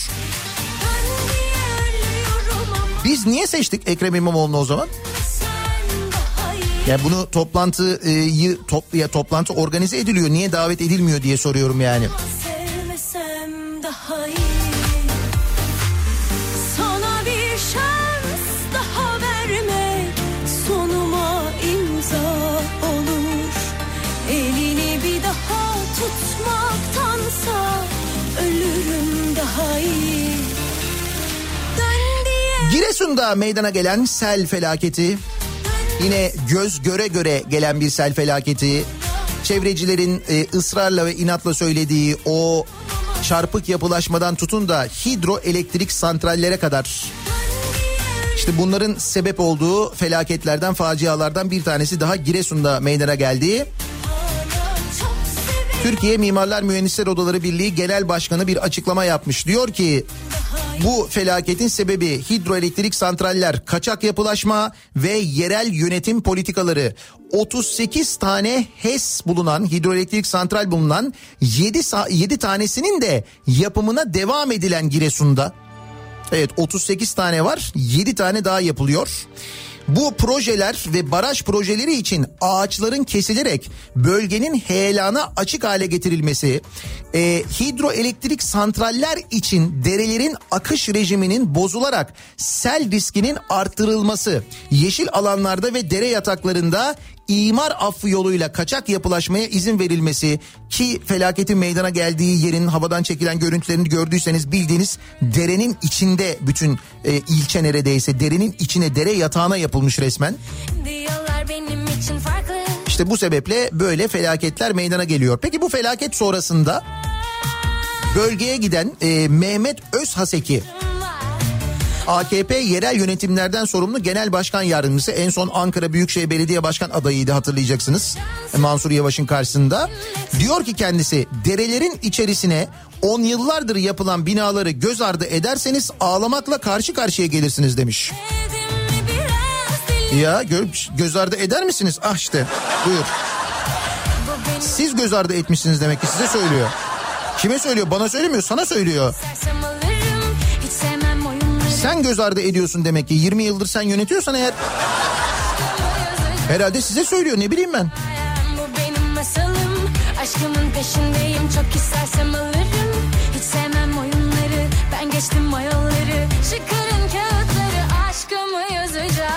Biz niye seçtik Ekrem İmamoğlu'nu o zaman? Yani bunu toplantıyı top, ya toplantı organize ediliyor. Niye davet edilmiyor diye soruyorum yani. Sana bir şans daha vermek sonuma imza olur. Elini bir daha tutmaktansa ölürüm daha iyi. Giresun'da meydana gelen sel felaketi, yine göz göre göre gelen bir sel felaketi, çevrecilerin e, ısrarla ve inatla söylediği o çarpık yapılaşmadan tutun da hidroelektrik santrallere kadar, İşte bunların sebep olduğu felaketlerden, facialardan bir tanesi daha Giresun'da meydana geldi. Türkiye Mimarlar Mühendisler Odaları Birliği Genel Başkanı bir açıklama yapmış. Diyor ki bu felaketin sebebi hidroelektrik santraller, kaçak yapılaşma ve yerel yönetim politikaları. otuz sekiz tane HES bulunan, hidroelektrik santral bulunan yedi, yedi tanesinin de yapımına devam edilen Giresun'da. Evet, otuz sekiz tane var, yedi tane daha yapılıyor. Bu projeler ve baraj projeleri için ağaçların kesilerek bölgenin heyelana açık hale getirilmesi, e, hidroelektrik santraller için derelerin akış rejiminin bozularak sel riskinin artırılması, yeşil alanlarda ve dere yataklarında imar affı yoluyla kaçak yapılaşmaya izin verilmesi, ki felaketin meydana geldiği yerin havadan çekilen görüntülerini gördüyseniz bildiğiniz derenin içinde bütün e, ilçe neredeyse derenin içine, dere yatağına yapılmış resmen. İşte bu sebeple böyle felaketler meydana geliyor. Peki bu felaket sonrasında bölgeye giden e, Mehmet Özhaseki, A K P yerel yönetimlerden sorumlu genel başkan yardımcısı, en son Ankara Büyükşehir Belediye Başkan adayıydı, hatırlayacaksınız Mansur Yavaş'ın karşısında. Diyor ki kendisi, derelerin içerisine on yıllardır yapılan binaları göz ardı ederseniz ağlamakla karşı karşıya gelirsiniz demiş. Ya gö- göz ardı eder misiniz? Ah işte buyur. Siz göz ardı etmişsiniz demek ki, size söylüyor. Kime söylüyor? Bana söylemiyor, sana söylüyor. Sen göz ardı ediyorsun demek ki. yirmi yıldır sen yönetiyorsan eğer, herhalde size söylüyor, ne bileyim ben. Bu benim masalım, aşkımın peşindeyim, çok istersem alırım. Hiç sevmem oyunları, ben geçtim o yolları. Çıkarın kağıtları, aşkımı yazacağım.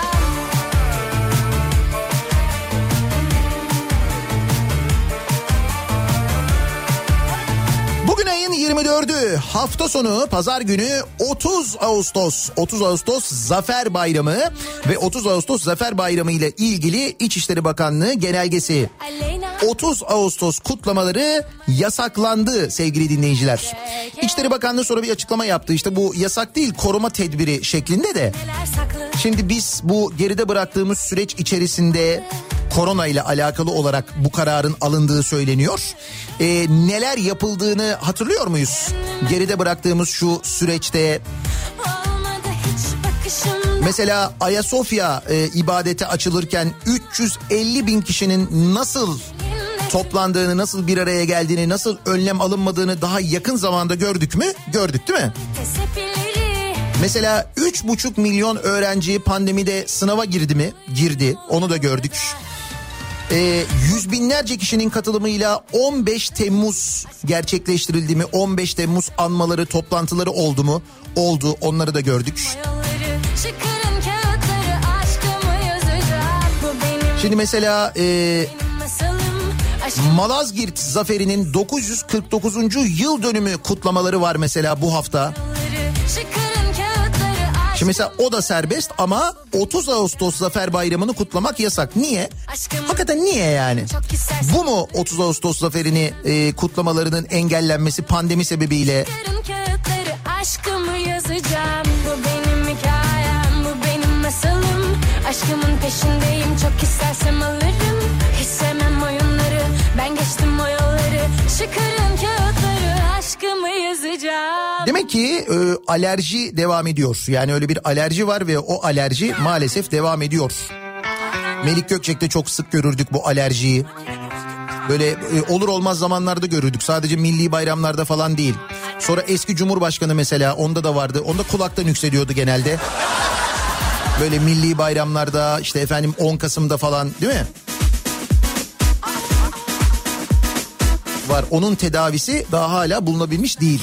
Bugün ayın yirmi dördü, hafta sonu pazar günü, otuz Ağustos. otuz Ağustos Zafer Bayramı ve otuz Ağustos Zafer Bayramı ile ilgili İçişleri Bakanlığı genelgesi. otuz Ağustos kutlamaları yasaklandı sevgili dinleyiciler. İçişleri Bakanlığı sonra bir açıklama yaptı. İşte bu yasak değil, koruma tedbiri şeklinde de. Şimdi biz bu geride bıraktığımız süreç içerisinde korona ile alakalı olarak bu kararın alındığı söyleniyor. Ee, neler yapıldığını hatırlıyor muyuz? Geride bıraktığımız şu süreçte mesela Ayasofya e, ibadete açılırken üç yüz elli bin kişinin nasıl toplandığını, nasıl bir araya geldiğini, nasıl önlem alınmadığını daha yakın zamanda gördük mü? Gördük değil mi? Mesela üç buçuk milyon öğrenci pandemide sınava girdi mi? Girdi. Onu da gördük. Ee, yüz binlerce kişinin katılımıyla on beş Temmuz gerçekleştirildi mi? on beş Temmuz anmaları, toplantıları oldu mu? Oldu. Onları da gördük. Şimdi mesela e, Malazgirt Zaferi'nin dokuz yüz kırk dokuzuncu yıl dönümü kutlamaları var mesela bu hafta. Şimdi mesela o da serbest ama otuz Ağustos Zafer Bayramı'nı kutlamak yasak. Niye? Hakikaten niye yani? Bu mu otuz Ağustos Zaferi'ni e, kutlamalarının engellenmesi pandemi sebebiyle? Aşkımı yazacağım, bu benim hikayem, bu benim masalım. Aşkımın peşindeyim, çok istersem alırım. Hiç sevmem oyunları, ben geçtim o yolları. Çıkarın kağıtları, aşkımı yazacağım. Demek ki e, alerji devam ediyor. Yani öyle bir alerji var ve o alerji maalesef devam ediyor. Melik Gökçek'te çok sık görürdük bu alerjiyi. Böyle e, olur olmaz zamanlarda görürdük. Sadece milli bayramlarda falan değil. Sonra eski Cumhurbaşkanı mesela, onda da vardı. Onda kulaktan yükseliyordu genelde. Böyle milli bayramlarda, işte efendim on Kasım'da falan, değil mi? Var. Onun tedavisi daha hala bulunabilmiş değil.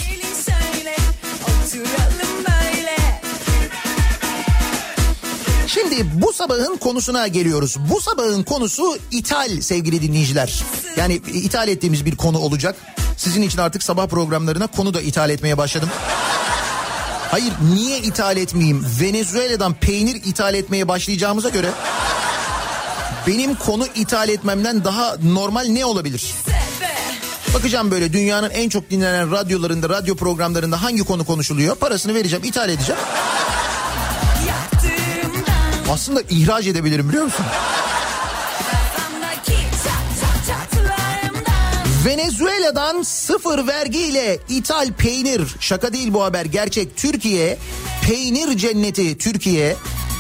Şimdi bu sabahın konusuna geliyoruz. Bu sabahın konusu ithal sevgili dinleyiciler. Yani ithal ettiğimiz bir konu olacak. Sizin için artık sabah programlarına konu da ithal etmeye başladım. Hayır, niye ithal etmeyeyim? Venezuela'dan peynir ithal etmeye başlayacağımıza göre benim konu ithal etmemden daha normal ne olabilir? Bakacağım böyle dünyanın en çok dinlenen radyolarında, radyo programlarında hangi konu konuşuluyor? Parasını vereceğim, ithal edeceğim. Aslında ihraç edebilirim, biliyor musun? Venezuela'dan sıfır vergiyle ithal peynir. Şaka değil bu haber, gerçek. Türkiye peynir cenneti, Türkiye.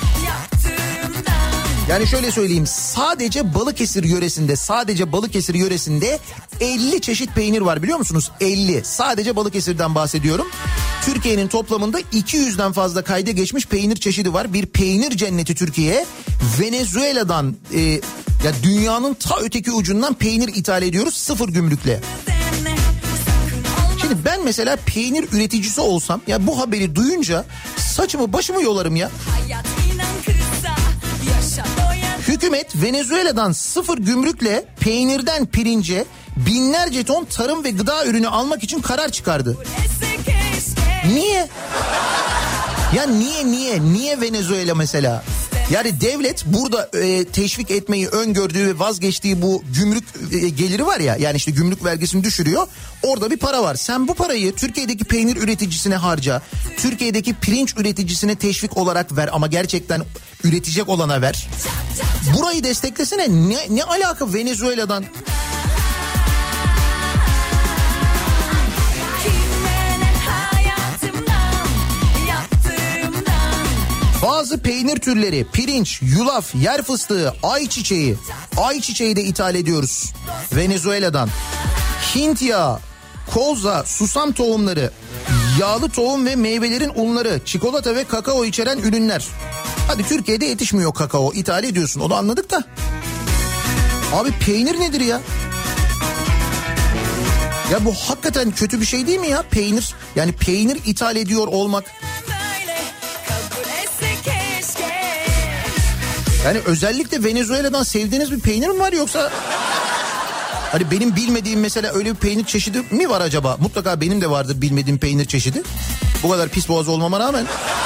Yani şöyle söyleyeyim, sadece Balıkesir yöresinde, sadece Balıkesir yöresinde elli çeşit peynir var, biliyor musunuz? elli. Sadece Balıkesir'den bahsediyorum. Türkiye'nin toplamında iki yüzden fazla kayda geçmiş peynir çeşidi var. Bir peynir cenneti Türkiye. Venezuela'dan e, ya dünyanın ta öteki ucundan peynir ithal ediyoruz sıfır gümrükle. Şimdi ben mesela peynir üreticisi olsam ya bu haberi duyunca saçımı başımı yolarım ya. Hükümet Venezuela'dan sıfır gümrükle peynirden pirince binlerce ton tarım ve gıda ürünü almak için karar çıkardı. Niye? Ya niye niye? Niye Venezuela mesela? Yani devlet burada e, teşvik etmeyi öngördüğü ve vazgeçtiği bu gümrük e, geliri var ya, yani işte gümrük vergisini düşürüyor. Orada bir para var. Sen bu parayı Türkiye'deki peynir üreticisine harca. Türkiye'deki pirinç üreticisine teşvik olarak ver ama gerçekten üretecek olana ver. Burayı desteklesene. Ne, ne alaka Venezuela'dan? Bazı peynir türleri, pirinç, yulaf, yer fıstığı, ayçiçeği, ayçiçeği de ithal ediyoruz Venezuela'dan. Hint yağı, koza, susam tohumları, yağlı tohum ve meyvelerin unları, çikolata ve kakao içeren ürünler. Hadi Türkiye'de yetişmiyor kakao, ithal ediyorsun, onu anladık da. Abi peynir nedir ya? Ya bu hakikaten kötü bir şey değil mi ya, peynir? Yani peynir ithal ediyor olmak. Yani özellikle Venezuela'dan sevdiğiniz bir peynir mi var, yoksa hani benim bilmediğim mesela öyle bir peynir çeşidi mi var acaba? Mutlaka benim de vardır bilmediğim peynir çeşidi. Bu kadar pis boğaz olmama rağmen.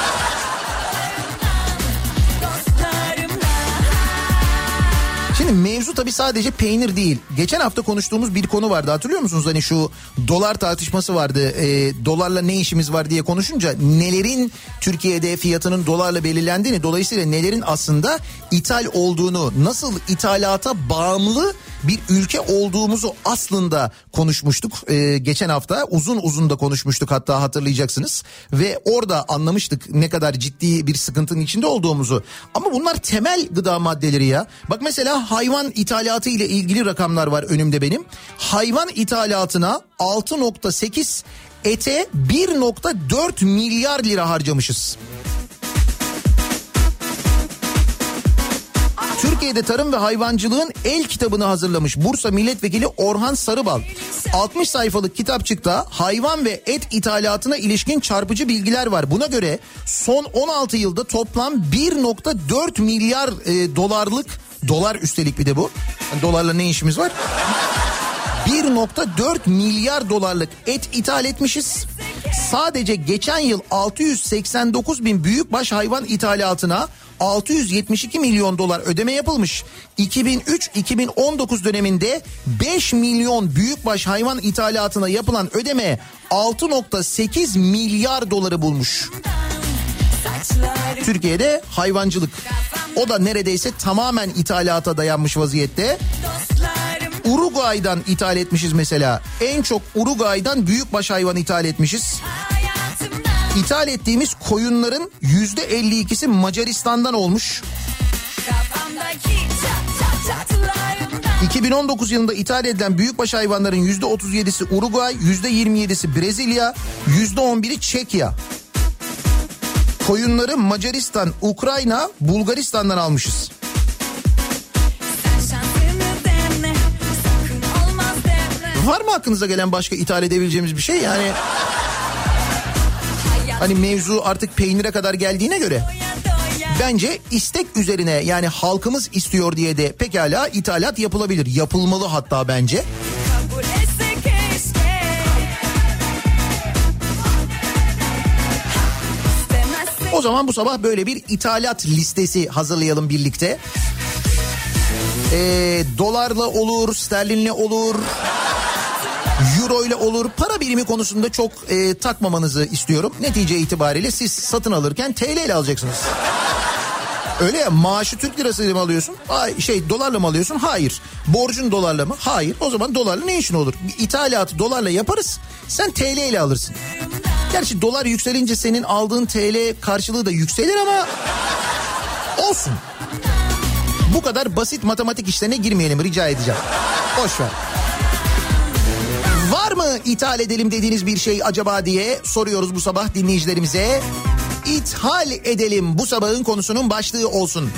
Şimdi mevzu tabii sadece peynir değil. Geçen hafta konuştuğumuz bir konu vardı, hatırlıyor musunuz? Hani şu dolar tartışması vardı. E, dolarla ne işimiz var diye konuşunca nelerin Türkiye'de fiyatının dolarla belirlendiğini, dolayısıyla nelerin aslında ithal olduğunu, nasıl ithalata bağımlı bir ülke olduğumuzu aslında konuşmuştuk. Ee, geçen hafta uzun uzun da konuşmuştuk, hatta hatırlayacaksınız. Ve orada anlamıştık ne kadar ciddi bir sıkıntının içinde olduğumuzu. Ama bunlar temel gıda maddeleri ya. Bak mesela hayvan ithalatı ile ilgili rakamlar var önümde benim. Hayvan ithalatına altı nokta sekiz, ete bir nokta dört milyar lira harcamışız. Türkiye'de tarım ve hayvancılığın el kitabını hazırlamış Bursa Milletvekili Orhan Sarıbal. altmış sayfalık kitapçıkta hayvan ve et ithalatına ilişkin çarpıcı bilgiler var. Buna göre son on altı yılda toplam bir nokta dört milyar e, dolarlık, dolar üstelik bir de bu. Yani dolarla ne işimiz var? bir nokta dört milyar dolarlık et ithal etmişiz. Sadece geçen yıl altı yüz seksen dokuz bin büyükbaş hayvan ithalatına altı yüz yetmiş iki milyon dolar ödeme yapılmış. iki bin üç iki bin on dokuz döneminde beş milyon büyükbaş hayvan ithalatına yapılan ödeme altı nokta sekiz milyar doları bulmuş. Türkiye'de hayvancılık, o da neredeyse tamamen ithalata dayanmış vaziyette. Uruguay'dan ithal etmişiz mesela. En çok Uruguay'dan büyükbaş hayvan ithal etmişiz. İthal ettiğimiz koyunların yüzde elli ikisi Macaristan'dan olmuş. iki bin on dokuz yılında ithal edilen büyükbaş hayvanların yüzde otuz yedisi Uruguay, yüzde yirmi yedisi Brezilya, yüzde on biri Çekya. Koyunları Macaristan, Ukrayna, Bulgaristan'dan almışız. Var mı aklınıza gelen başka ithal edebileceğimiz bir şey? Yani hani mevzu artık peynire kadar geldiğine göre bence istek üzerine, yani halkımız istiyor diye de pekala ithalat yapılabilir. Yapılmalı hatta bence. zaman bu sabah böyle bir ithalat listesi hazırlayalım birlikte. Ee, dolarla olur, sterlinle olur, euro ile olur. Para birimi konusunda çok e, takmamanızı istiyorum. Netice itibariyle siz satın alırken T L ile alacaksınız. Öyle ya, maaşı Türk lirasıyla mı alıyorsun? Ay, şey dolarla mı alıyorsun? Hayır. Borcun dolarla mı? Hayır. O zaman dolarla ne işin olur? İthalatı dolarla yaparız. Sen T L ile alırsın. Gerçi dolar yükselince senin aldığın T L karşılığı da yükselir ama olsun. Bu kadar basit matematik işlerine girmeyelim, rica edeceğim. Boş ver. Var mı ithal edelim dediğiniz bir şey acaba diye soruyoruz bu sabah dinleyicilerimize. İthal edelim bu sabahın konusunun başlığı olsun.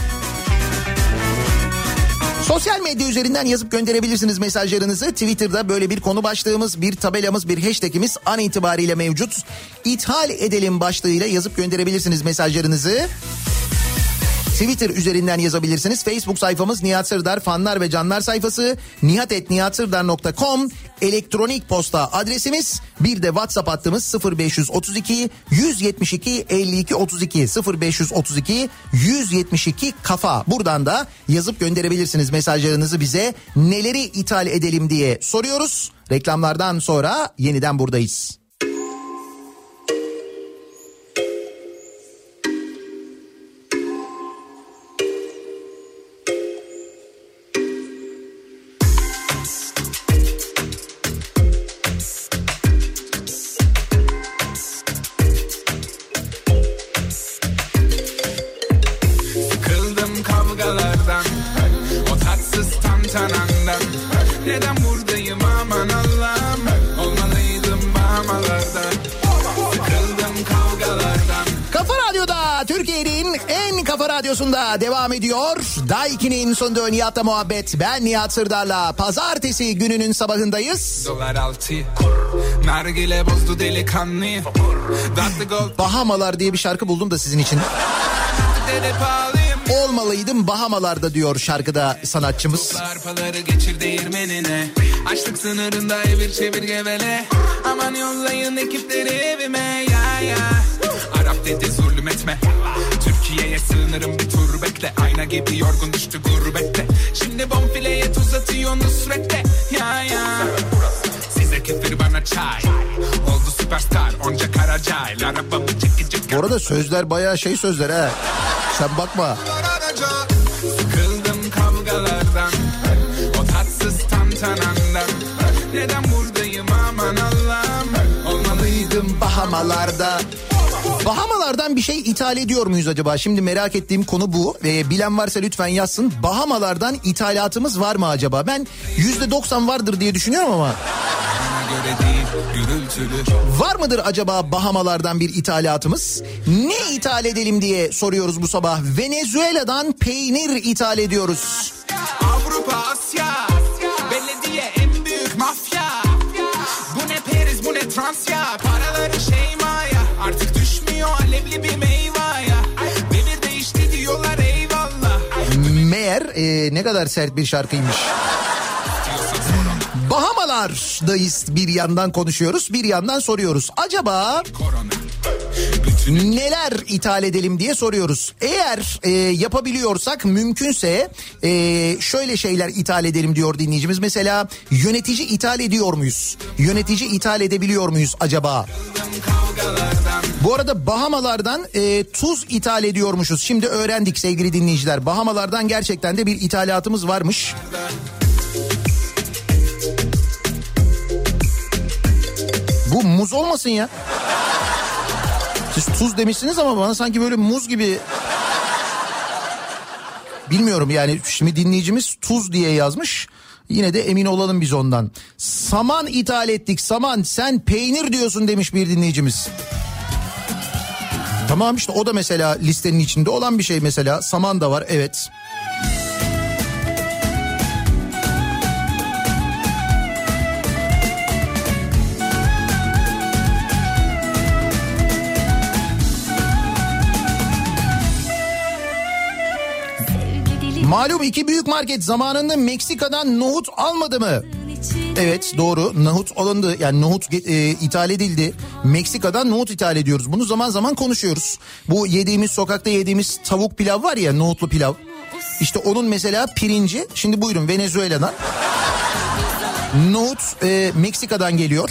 Sosyal medya üzerinden yazıp gönderebilirsiniz mesajlarınızı. Twitter'da böyle bir konu başlığımız, bir tabelamız, bir hashtagimiz an itibariyle mevcut. İthal edelim başlığıyla yazıp gönderebilirsiniz mesajlarınızı. Twitter üzerinden yazabilirsiniz. Facebook sayfamız Nihat Sırdar fanlar ve canlar sayfası. nihat et nihat sırdar nokta com elektronik posta adresimiz. Bir de WhatsApp hattımız sıfır beş otuz iki yüz yetmiş iki elli iki otuz iki sıfır beş otuz iki yüz yetmiş iki kafa. Buradan da yazıp gönderebilirsiniz mesajlarınızı bize. Neleri ithal edelim diye soruyoruz. Reklamlardan sonra yeniden buradayız. Neden buradayım aman Allah'ım, olmalıydım bahamalardan, sıkıldım kavgalardan. Kafa Radyo'da, Türkiye'nin en kafa radyosunda devam ediyor. Daiki'nin sunduğu Nihat'la muhabbet. Ben Nihat Sırdar'la pazartesi gününün sabahındayız. Dolar altı, nargile bozdu delikanlı. Bahamalar diye bir şarkı buldum da sizin için. Olmalıydım Bahamalarda diyor şarkıda sanatçımız. Arpaları geçir değirmenine, açlık sınırında evir çevir gevele. Aman yollayın ekipleri evime ya ya. Arap dedi zulüm etme, Türkiye'ye sığınırım bir tur bekle. Ayna gibi yorgun düştü gurbette, şimdi bonfileye tuz atıyor Nusret'te ya ya. Size kefir bana çay, oldu süperstar onca karacayl. Arabamı çekecek. Bu arada sözler bayağı şey sözler ha. Sen bakma. Sıkıldım kavgalardan, o tatsız tantanandan. Neden buradayım aman Allah'ım, olmalıydım Bahamalarda. Bahamalardan bir şey ithal ediyor muyuz acaba? Şimdi merak ettiğim konu bu. Ee, bilen varsa lütfen yazsın. Bahamalardan ithalatımız var mı acaba? Ben yüzde doksan vardır diye düşünüyorum ama. Değil, gürültülü. Var mıdır acaba Bahamalardan bir ithalatımız? Ne ithal edelim diye soruyoruz bu sabah. Venezuela'dan peynir ithal ediyoruz. Avrupa, Asya, belediye en büyük mafya. Bu ne Paris, bu ne Transya. Paraları Şeyma'ya, artık düşmüyor alevli bir meyvaya. Devir değişti diyorlar eyvallah. Meğer e, ne kadar sert bir şarkıymış. Bahamalardayız, bir yandan konuşuyoruz, bir yandan soruyoruz. Acaba neler ithal edelim diye soruyoruz. Eğer e, yapabiliyorsak, mümkünse e, şöyle şeyler ithal edelim diyor dinleyicimiz. Mesela yönetici ithal ediyor muyuz? Yönetici ithal edebiliyor muyuz acaba? Bu arada Bahamalardan e, tuz ithal ediyormuşuz. Şimdi öğrendik sevgili dinleyiciler. Bahamalardan gerçekten de bir ithalatımız varmış. Bu muz olmasın ya. Siz tuz demişsiniz ama bana sanki böyle muz gibi. Bilmiyorum yani, şimdi dinleyicimiz tuz diye yazmış. Yine de emin olalım biz ondan. Saman ithal ettik, saman. Sen peynir diyorsun demiş bir dinleyicimiz. Tamam işte, o da mesela listenin içinde olan bir şey mesela. Saman da var, evet. Malum iki büyük market zamanında Meksika'dan nohut almadı mı? Evet doğru, nohut alındı, yani nohut e, ithal edildi. Meksika'dan nohut ithal ediyoruz, bunu zaman zaman konuşuyoruz. Bu yediğimiz, sokakta yediğimiz tavuk pilav var ya, nohutlu pilav. İşte onun mesela pirinci, şimdi buyurun Venezuela'dan. Nohut e, Meksika'dan geliyor.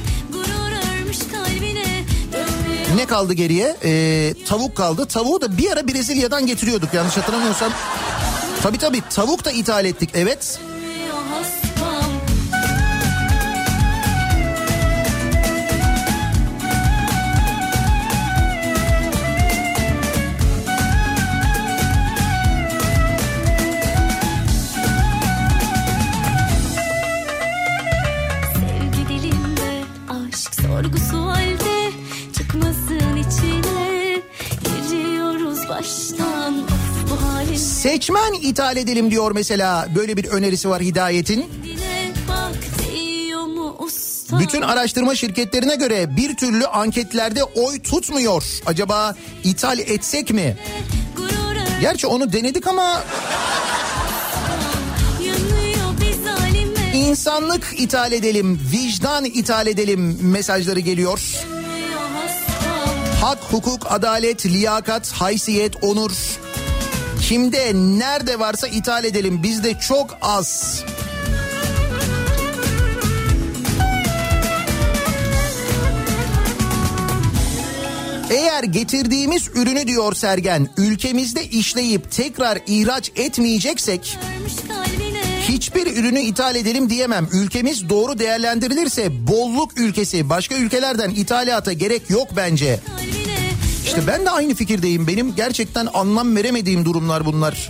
Ne kaldı geriye? E, tavuk kaldı. Tavuğu da bir ara Brezilya'dan getiriyorduk yanlış hatırlamıyorsam. Tabii tabii tavuk da ithal ettik, evet. Sorgusu halde çıkmasın içine, giriyoruz baştan bu halin. Seçmen ithal edelim diyor mesela, böyle bir önerisi var Hidayet'in. Bütün araştırma şirketlerine göre bir türlü anketlerde oy tutmuyor. Acaba ithal etsek mi? Gerçi onu denedik ama... İnsanlık ithal edelim, vicdan ithal edelim mesajları geliyor. Hak, hukuk, adalet, liyakat, haysiyet, onur. Kimde, nerede varsa ithal edelim. Bizde çok az. Eğer getirdiğimiz ürünü diyor Sergen, ülkemizde işleyip tekrar ihraç etmeyeceksek... Hiçbir ürünü ithal edelim diyemem. Ülkemiz doğru değerlendirilirse bolluk ülkesi. Başka ülkelerden ithalata gerek yok bence. İşte ben de aynı fikirdeyim. Benim gerçekten anlam veremediğim durumlar bunlar.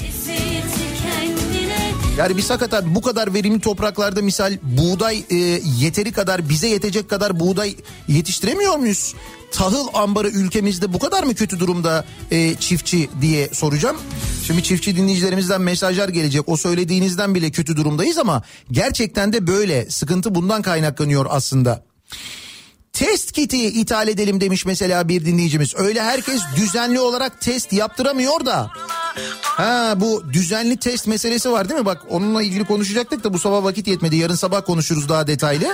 Yani biz hakikaten bu kadar verimli topraklarda misal buğday e, yeteri kadar, bize yetecek kadar buğday yetiştiremiyor muyuz? Tahıl ambarı ülkemizde bu kadar mı kötü durumda e, çiftçi diye soracağım. Şimdi çiftçi dinleyicilerimizden mesajlar gelecek. O söylediğinizden bile kötü durumdayız ama gerçekten de böyle. Sıkıntı bundan kaynaklanıyor aslında. Test kiti ithal edelim demiş mesela bir dinleyicimiz. Öyle herkes düzenli olarak test yaptıramıyor da. Ha, bu düzenli test meselesi var değil mi? Bak onunla ilgili konuşacaktık da bu sabah vakit yetmedi. Yarın sabah konuşuruz daha detaylı.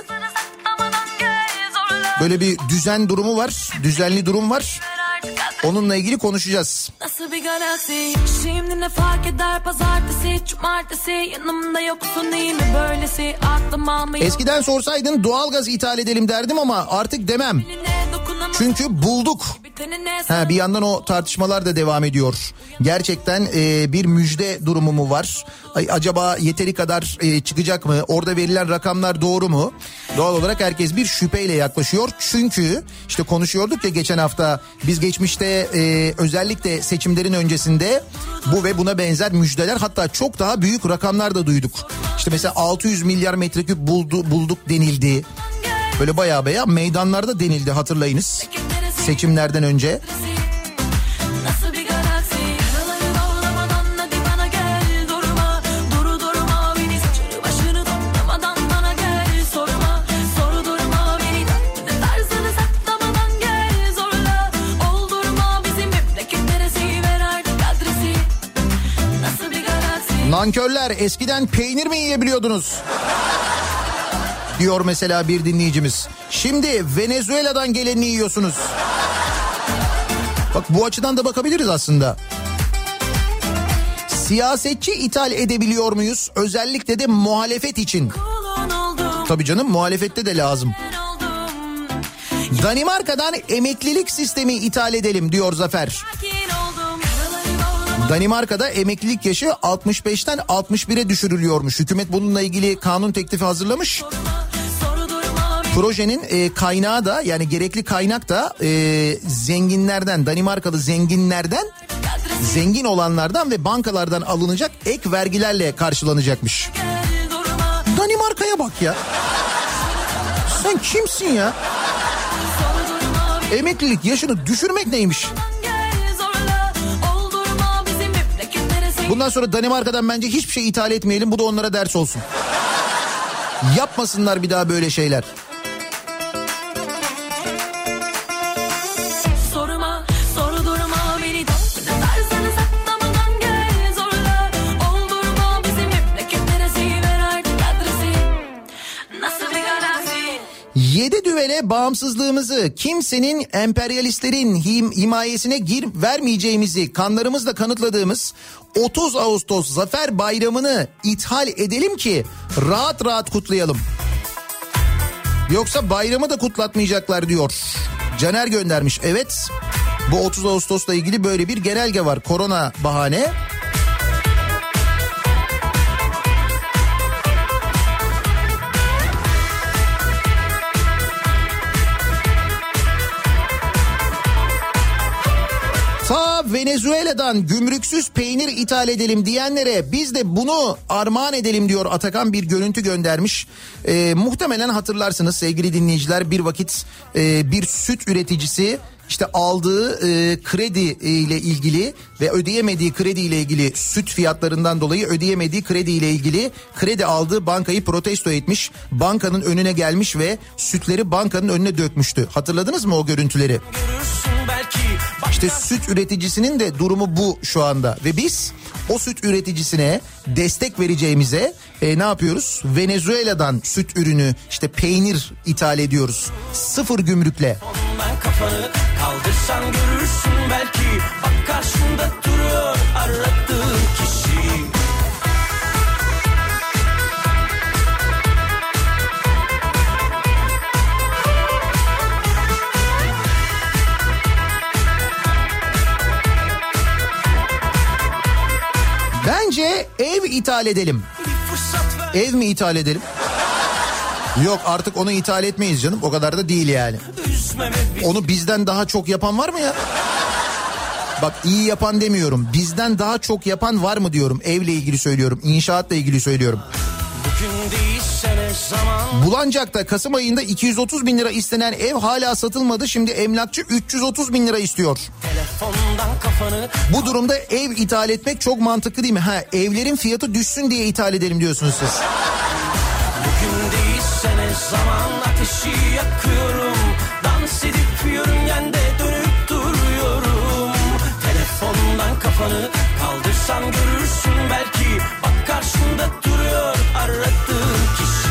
Böyle bir düzen durumu var. Düzenli durum var. Onunla ilgili konuşacağız. Nasıl bir galaksi? Şimdi ne fark eder pazartesi, cumartesi yanımda yoksun değil mi böylesi aklım almıyor. Eskiden sorsaydın doğalgaz ithal edelim derdim ama artık demem. Çünkü bulduk. Ha, bir yandan o tartışmalar da devam ediyor. Gerçekten e, bir müjde durumu mu var? Ay, acaba yeteri kadar e, çıkacak mı? Orada verilen rakamlar doğru mu? Doğal olarak herkes bir şüpheyle yaklaşıyor. Çünkü işte konuşuyorduk ya geçen hafta, biz geçmişte e, özellikle seçimlerin öncesinde bu ve buna benzer müjdeler, hatta çok daha büyük rakamlar da duyduk. İşte mesela altı yüz milyar metreküp buldu, bulduk denildi. Böyle baya baya meydanlarda denildi, hatırlayınız. Seçimlerden önce. Nankörler, eskiden peynir mi yiyebiliyordunuz? Diyor mesela bir dinleyicimiz. Şimdi Venezuela'dan gelenini yiyorsunuz. Bak bu açıdan da bakabiliriz aslında. Siyasetçi ithal edebiliyor muyuz? Özellikle de muhalefet için. Tabii canım, muhalefette de lazım. Danimarka'dan emeklilik sistemi ithal edelim diyor Zafer. Danimarka'da emeklilik yaşı altmış beşten altmış bire düşürülüyormuş. Hükümet bununla ilgili kanun teklifi hazırlamış. Projenin e, kaynağı da, yani gerekli kaynak da e, zenginlerden, Danimarkalı zenginlerden, zengin olanlardan ve bankalardan alınacak ek vergilerle karşılanacakmış. Danimarka'ya bak ya. Sen kimsin ya? Emeklilik yaşını düşürmek neymiş? Bundan sonra Danimarka'dan bence hiçbir şey ithal etmeyelim. Bu da onlara ders olsun. Yapmasınlar bir daha böyle şeyler. Sorma, soru durma beni tarzını saklamadan gel zorla. Oldurma bizim memleket neresi ver artık adresi. ve bağımsızlığımızı, kimsenin, emperyalistlerin him, himayesine gir vermeyeceğimizi kanlarımızla kanıtladığımız otuz Ağustos Zafer Bayramı'nı ithal edelim ki rahat rahat kutlayalım. Yoksa bayramı da kutlatmayacaklar diyor. Caner göndermiş. Evet, bu otuz Ağustos'la ilgili böyle bir genelge var. Korona bahane. Ta Venezuela'dan gümrüksüz peynir ithal edelim diyenlere biz de bunu armağan edelim diyor Atakan, bir görüntü göndermiş. Ee, muhtemelen hatırlarsınız sevgili dinleyiciler, bir vakit e, bir süt üreticisi işte aldığı e, kredi ile ilgili ve ödeyemediği kredi ile ilgili, süt fiyatlarından dolayı ödeyemediği kredi ile ilgili kredi aldığı bankayı protesto etmiş. Bankanın önüne gelmiş ve sütleri bankanın önüne dökmüştü. Hatırladınız mı o görüntüleri? İşte süt üreticisinin de durumu bu şu anda ve biz o süt üreticisine destek vereceğimize e, ne yapıyoruz? Venezuela'dan süt ürünü, işte peynir ithal ediyoruz. Sıfır gümrükle. Kafanı kaldırsan görürsün belki, bak karşında duruyor aradığın kişi. Bence ev ithal edelim. Ev mi ithal edelim? Yok, artık onu ithal etmeyiz canım. O kadar da değil yani. Onu bizden daha çok yapan var mı ya? Bak, iyi yapan demiyorum. Bizden daha çok yapan var mı diyorum. Evle ilgili söylüyorum. İnşaatla ilgili söylüyorum. Bulancak'ta Kasım ayında iki yüz otuz bin lira istenen ev hala satılmadı. Şimdi emlakçı üç yüz otuz bin lira istiyor. Bu durumda ev ithal etmek çok mantıklı değil mi? Ha, evlerin fiyatı düşsün diye ithal edelim diyorsunuz siz. Bugün değilsene zaman, ateşi yakıyorum. Dans edip yörüngende dönüp duruyorum. Telefondan kafanı kaldırsan görürsün belki, bak karşında duruyor aradığın kişi.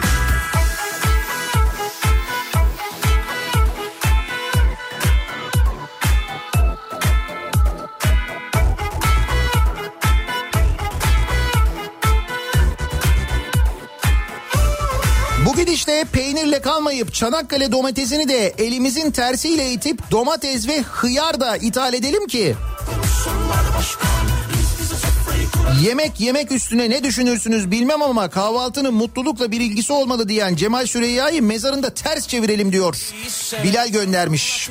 Bu gidişle peynirle kalmayıp Çanakkale domatesini de elimizin tersiyle itip domates ve hıyar da ithal edelim ki yemek yemek üstüne ne düşünürsünüz bilmem ama kahvaltının mutlulukla bir ilgisi olmalı diyen Cemal Süreyya'yı mezarında ters çevirelim diyor. Bilal göndermiş.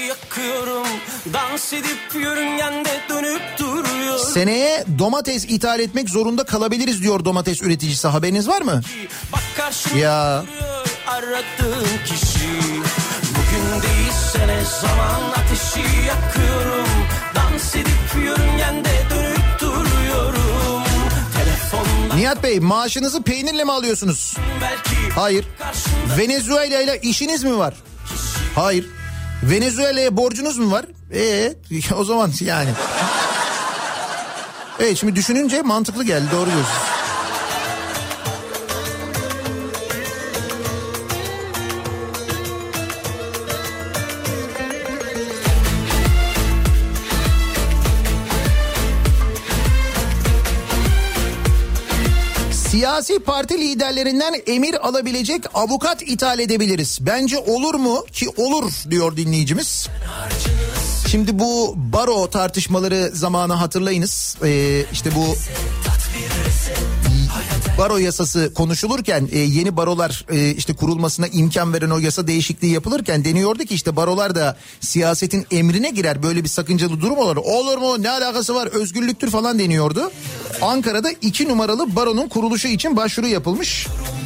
Seneye domates ithal etmek zorunda kalabiliriz diyor domates üreticisi. Haberiniz var mı? Ya. Aradığım kişi bugün değilse ne zaman, ateşi yakıyorum. Dans edip yörüngende dönüp duruyorum. Telefonda... Nihat Bey, maaşınızı peynirle mi alıyorsunuz? Hayır. Venezuela ile işiniz mi var? Hayır. Venezuela'ya borcunuz mu var? Ee, o zaman yani. Evet, şimdi düşününce mantıklı geldi, doğru diyorsunuz. Siyasi parti liderlerinden emir alabilecek avukat ithal edebiliriz. Bence olur mu? Ki olur diyor dinleyicimiz. Şimdi bu baro tartışmaları zamanı hatırlayınız. Ee, işte bu baro yasası konuşulurken e, yeni barolar e, işte kurulmasına imkan veren o yasa değişikliği yapılırken deniyordu ki işte barolar da siyasetin emrine girer, böyle bir sakıncalı durum olur. Olur mu, ne alakası var, özgürlüktür falan deniyordu. Ankara'da iki numaralı baronun kuruluşu için başvuru yapılmış.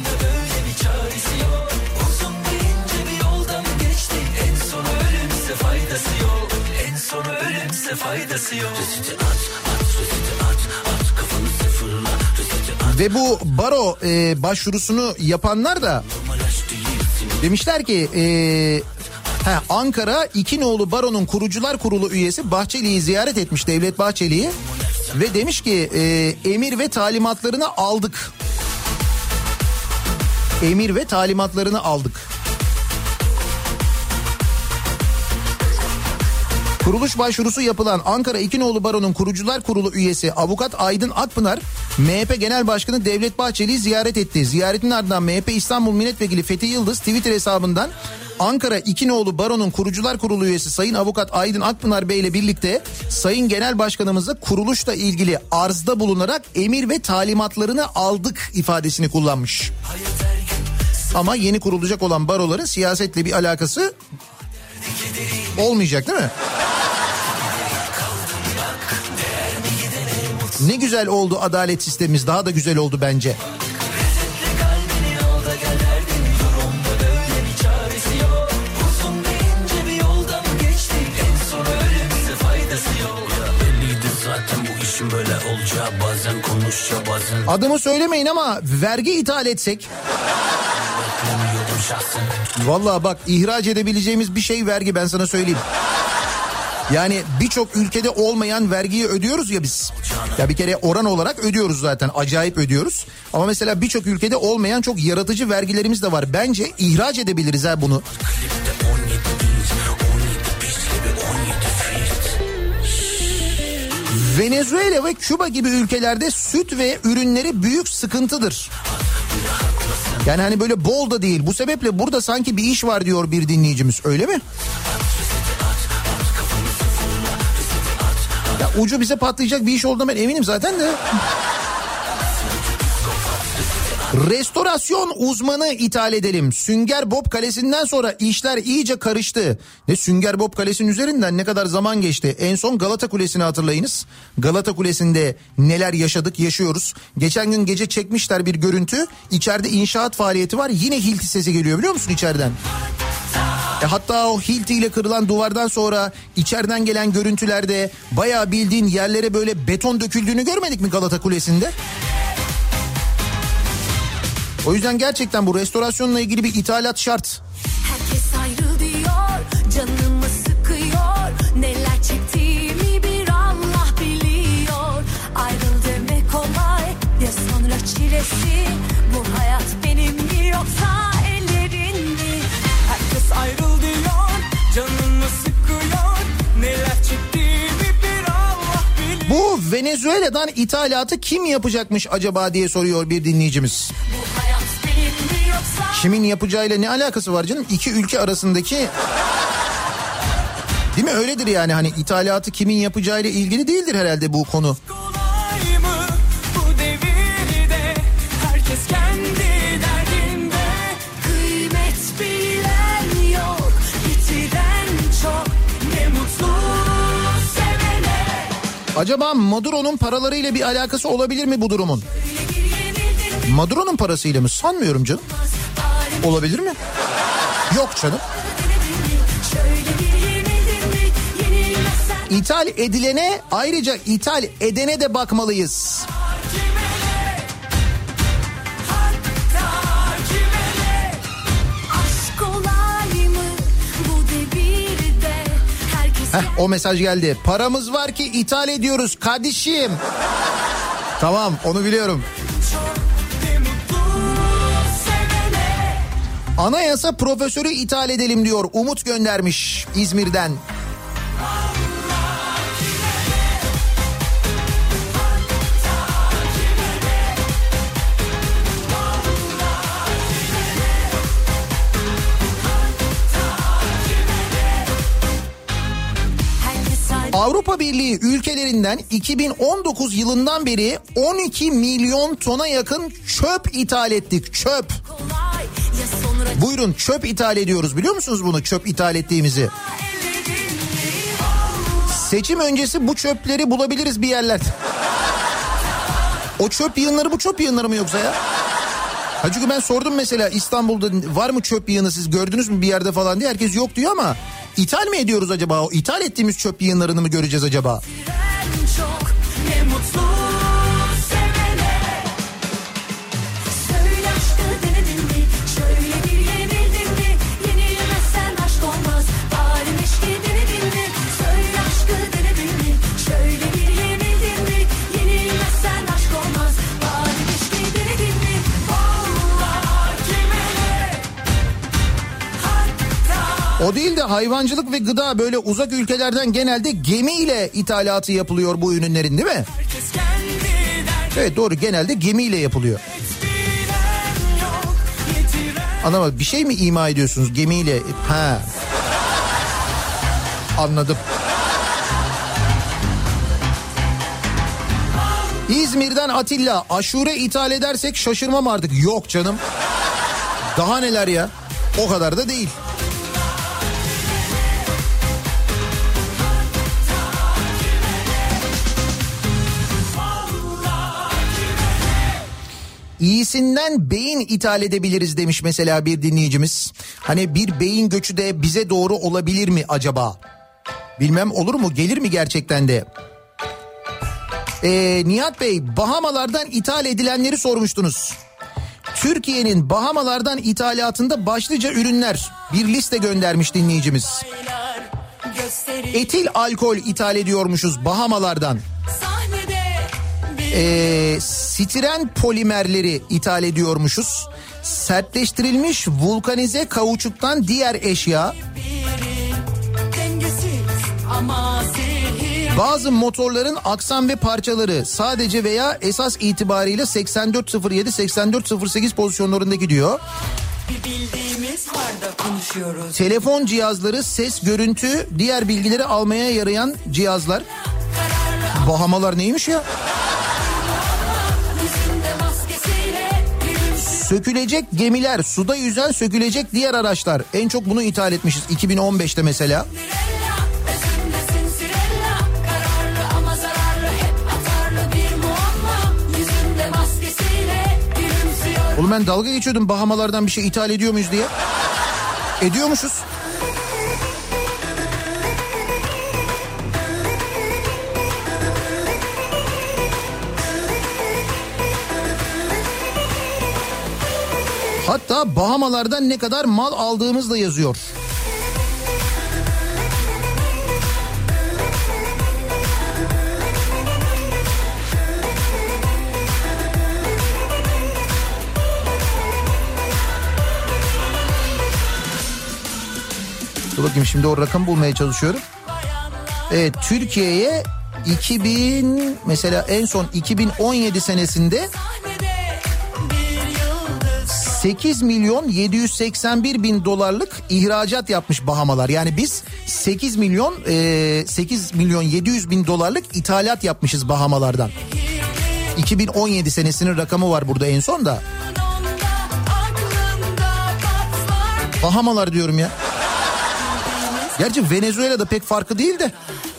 Ve bu baro e, başvurusunu yapanlar da demişler ki e, he, Ankara iki nolu baronun kurucular kurulu üyesi Bahçeli'yi ziyaret etmiş, Devlet Bahçeli'yi, ve demiş ki e, emir ve talimatlarını aldık. Emir ve talimatlarını aldık. Kuruluş başvurusu yapılan Ankara İkinoğlu Baro'nun Kurucular Kurulu üyesi Avukat Aydın Akpınar, M H P Genel Başkanı Devlet Bahçeli'yi ziyaret etti. Ziyaretin ardından M H P İstanbul Milletvekili Fethi Yıldız Twitter hesabından Ankara İkinoğlu Baro'nun Kurucular Kurulu üyesi Sayın Avukat Aydın Akpınar Bey ile birlikte Sayın Genel Başkanımızı kuruluşla ilgili arzda bulunarak emir ve talimatlarını aldık ifadesini kullanmış. Ama yeni kurulacak olan baroların siyasetle bir alakası olmayacak değil mi? Ne güzel oldu adalet sistemimiz, daha da güzel oldu bence. Adımı söylemeyin ama vergi ithal etsek. Vallahi bak, ihraç edebileceğimiz bir şey vergi, ben sana söyleyeyim. Yani birçok ülkede olmayan vergiyi ödüyoruz ya biz. Ya bir kere oran olarak ödüyoruz zaten, acayip ödüyoruz. Ama mesela birçok ülkede olmayan çok yaratıcı vergilerimiz de var. Bence ihraç edebiliriz ha bunu. Venezuela ve Küba gibi ülkelerde süt ve ürünleri büyük sıkıntıdır. Yani hani böyle bol da değil. Bu sebeple burada sanki bir iş var diyor bir dinleyicimiz. Öyle mi? Ya ucu bize patlayacak bir iş olduğuna ben eminim zaten de. Restorasyon uzmanı ithal edelim. Sünger Bob Kalesi'nden sonra işler iyice karıştı. Ne Sünger Bob Kalesi'nin üzerinden ne kadar zaman geçti. En son Galata Kulesi'ni hatırlayınız. Galata Kulesi'nde neler yaşadık, yaşıyoruz. Geçen gün gece çekmişler bir görüntü. İçeride inşaat faaliyeti var. Yine hilti sesi geliyor, biliyor musun içeriden? E hatta o hilti ile kırılan duvardan sonra içeriden gelen görüntülerde bayağı bildiğin yerlere böyle beton döküldüğünü görmedik mi Galata Kulesi'nde? O yüzden gerçekten bu restorasyonla ilgili bir ithalat şart. Herkes ayrı diyor, canımı sıkıyor. Neler çektiğimi bir Allah biliyor. Ayrıl demek kolay, ya sonra çilesi. Bu hayat benim mi yoksa ellerin mi? Herkes ayrıl diyor, canımı sıkıyor. Neler çektiğimi bir Allah biliyor. Bu Venezuela'dan ithalatı kim yapacakmış acaba diye soruyor bir dinleyicimiz. Kimin yapacağıyla ne alakası var canım? İki ülke arasındaki... Değil mi? Öyledir yani, hani ithalatı kimin yapacağıyla ilgili değildir herhalde bu konu. Bu devirde herkes kendi derdinde. Kıymet bilen yok, bitiren çok, ne mutlu sevene. Acaba Maduro'nun paralarıyla bir alakası olabilir mi bu durumun? Maduro'nun parasıyla mı? Sanmıyorum canım. Olabilir mi? Yok canım. İthal edilene, ayrıca ithal edene de bakmalıyız. Heh, o mesaj geldi. Paramız var ki ithal ediyoruz kardeşim. Tamam, onu biliyorum. Anayasa profesörü ithal edelim diyor. Umut göndermiş İzmir'den. Avrupa Birliği ülkelerinden iki bin on dokuz yılından beri on iki milyon tona yakın çöp ithal ettik. Çöp. Buyurun, çöp ithal ediyoruz, biliyor musunuz bunu, çöp ithal ettiğimizi? Seçim öncesi bu çöpleri bulabiliriz bir yerlerde. O çöp yığınları bu çöp yığınları mı yoksa ya? Ha çünkü ben sordum mesela İstanbul'da var mı çöp yığını, siz gördünüz mü bir yerde falan diye, herkes yok diyor ama ithal mi ediyoruz acaba? O ithal ettiğimiz çöp yığınlarını mı göreceğiz acaba? Çok, ne mutlu. O değil de hayvancılık ve gıda böyle uzak ülkelerden genelde gemiyle ithalatı yapılıyor bu ürünlerin, değil mi? Evet doğru, genelde gemiyle yapılıyor. Anlamadım, bir şey mi ima ediyorsunuz gemiyle? Ha. Anladım. İzmir'den Atilla, aşure ithal edersek şaşırmam artık. Yok canım. Daha neler ya? O kadar da değil. İyisinden beyin ithal edebiliriz demiş mesela bir dinleyicimiz. Hani bir beyin göçü de bize doğru olabilir mi acaba? Bilmem olur mu, gelir mi gerçekten de? Ee, Nihat Bey, Bahamalardan ithal edilenleri sormuştunuz. Türkiye'nin Bahamalardan ithalatında başlıca ürünler, bir liste göndermiş dinleyicimiz. Etil alkol ithal ediyormuşuz Bahamalardan. Ee, stiren polimerleri ithal ediyormuşuz. Sertleştirilmiş vulkanize kauçuktan diğer eşya. Bazı motorların aksam ve parçaları sadece veya esas itibariyle seksen dört sıfır yedi seksen dört sıfır sekiz pozisyonlarında gidiyor. Telefon cihazları, ses, görüntü, diğer bilgileri almaya yarayan cihazlar. Bahamalar neymiş ya? Sökülecek gemiler, suda yüzen sökülecek diğer araçlar. En çok bunu ithal etmişiz iki bin on beşte mesela. Oğlum ben dalga geçiyordum Bahamalardan bir şey ithal ediyor muyuz diye. Ediyormuşuz. Hatta Bahamalardan ne kadar mal aldığımız da yazıyor. Dur bakayım, şimdi o rakamı bulmaya çalışıyorum. Evet, Türkiye'ye iki bin mesela en son iki bin on yedi senesinde sekiz milyon yedi yüz seksen bir bin dolarlık ihracat yapmış Bahamalar. Yani biz sekiz milyon sekiz milyon yedi yüz bin dolarlık ithalat yapmışız Bahamalardan. iki bin on yedi senesinin rakamı var burada en son da. Bahamalar diyorum ya. Gerçi Venezuela'da pek farkı değil de.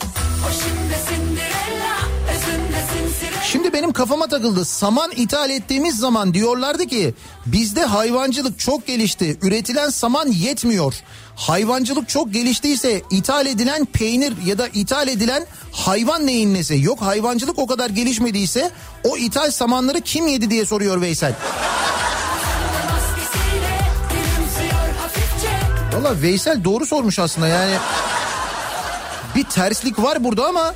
Şimdi benim kafama takıldı. Saman ithal ettiğimiz zaman diyorlardı ki bizde hayvancılık çok gelişti. Üretilen saman yetmiyor. Hayvancılık çok geliştiyse ithal edilen peynir ya da ithal edilen hayvan neyin nesi? Yok, hayvancılık o kadar gelişmediyse o ithal samanları kim yedi diye soruyor Veysel. Valla Veysel doğru sormuş aslında, yani bir terslik var burada ama...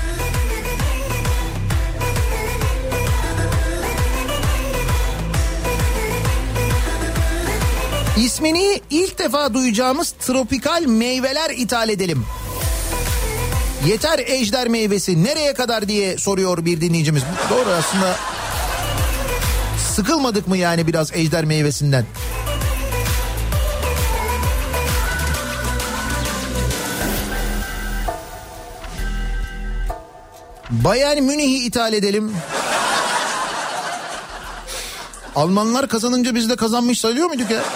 İsmini ilk defa duyacağımız tropikal meyveler ithal edelim. Yeter ejder meyvesi nereye kadar diye soruyor bir dinleyicimiz. Doğru aslında. Sıkılmadık mı yani biraz ejder meyvesinden? Bayern Münih'i ithal edelim. Almanlar kazanınca biz de kazanmış sayılıyor muyduk ya?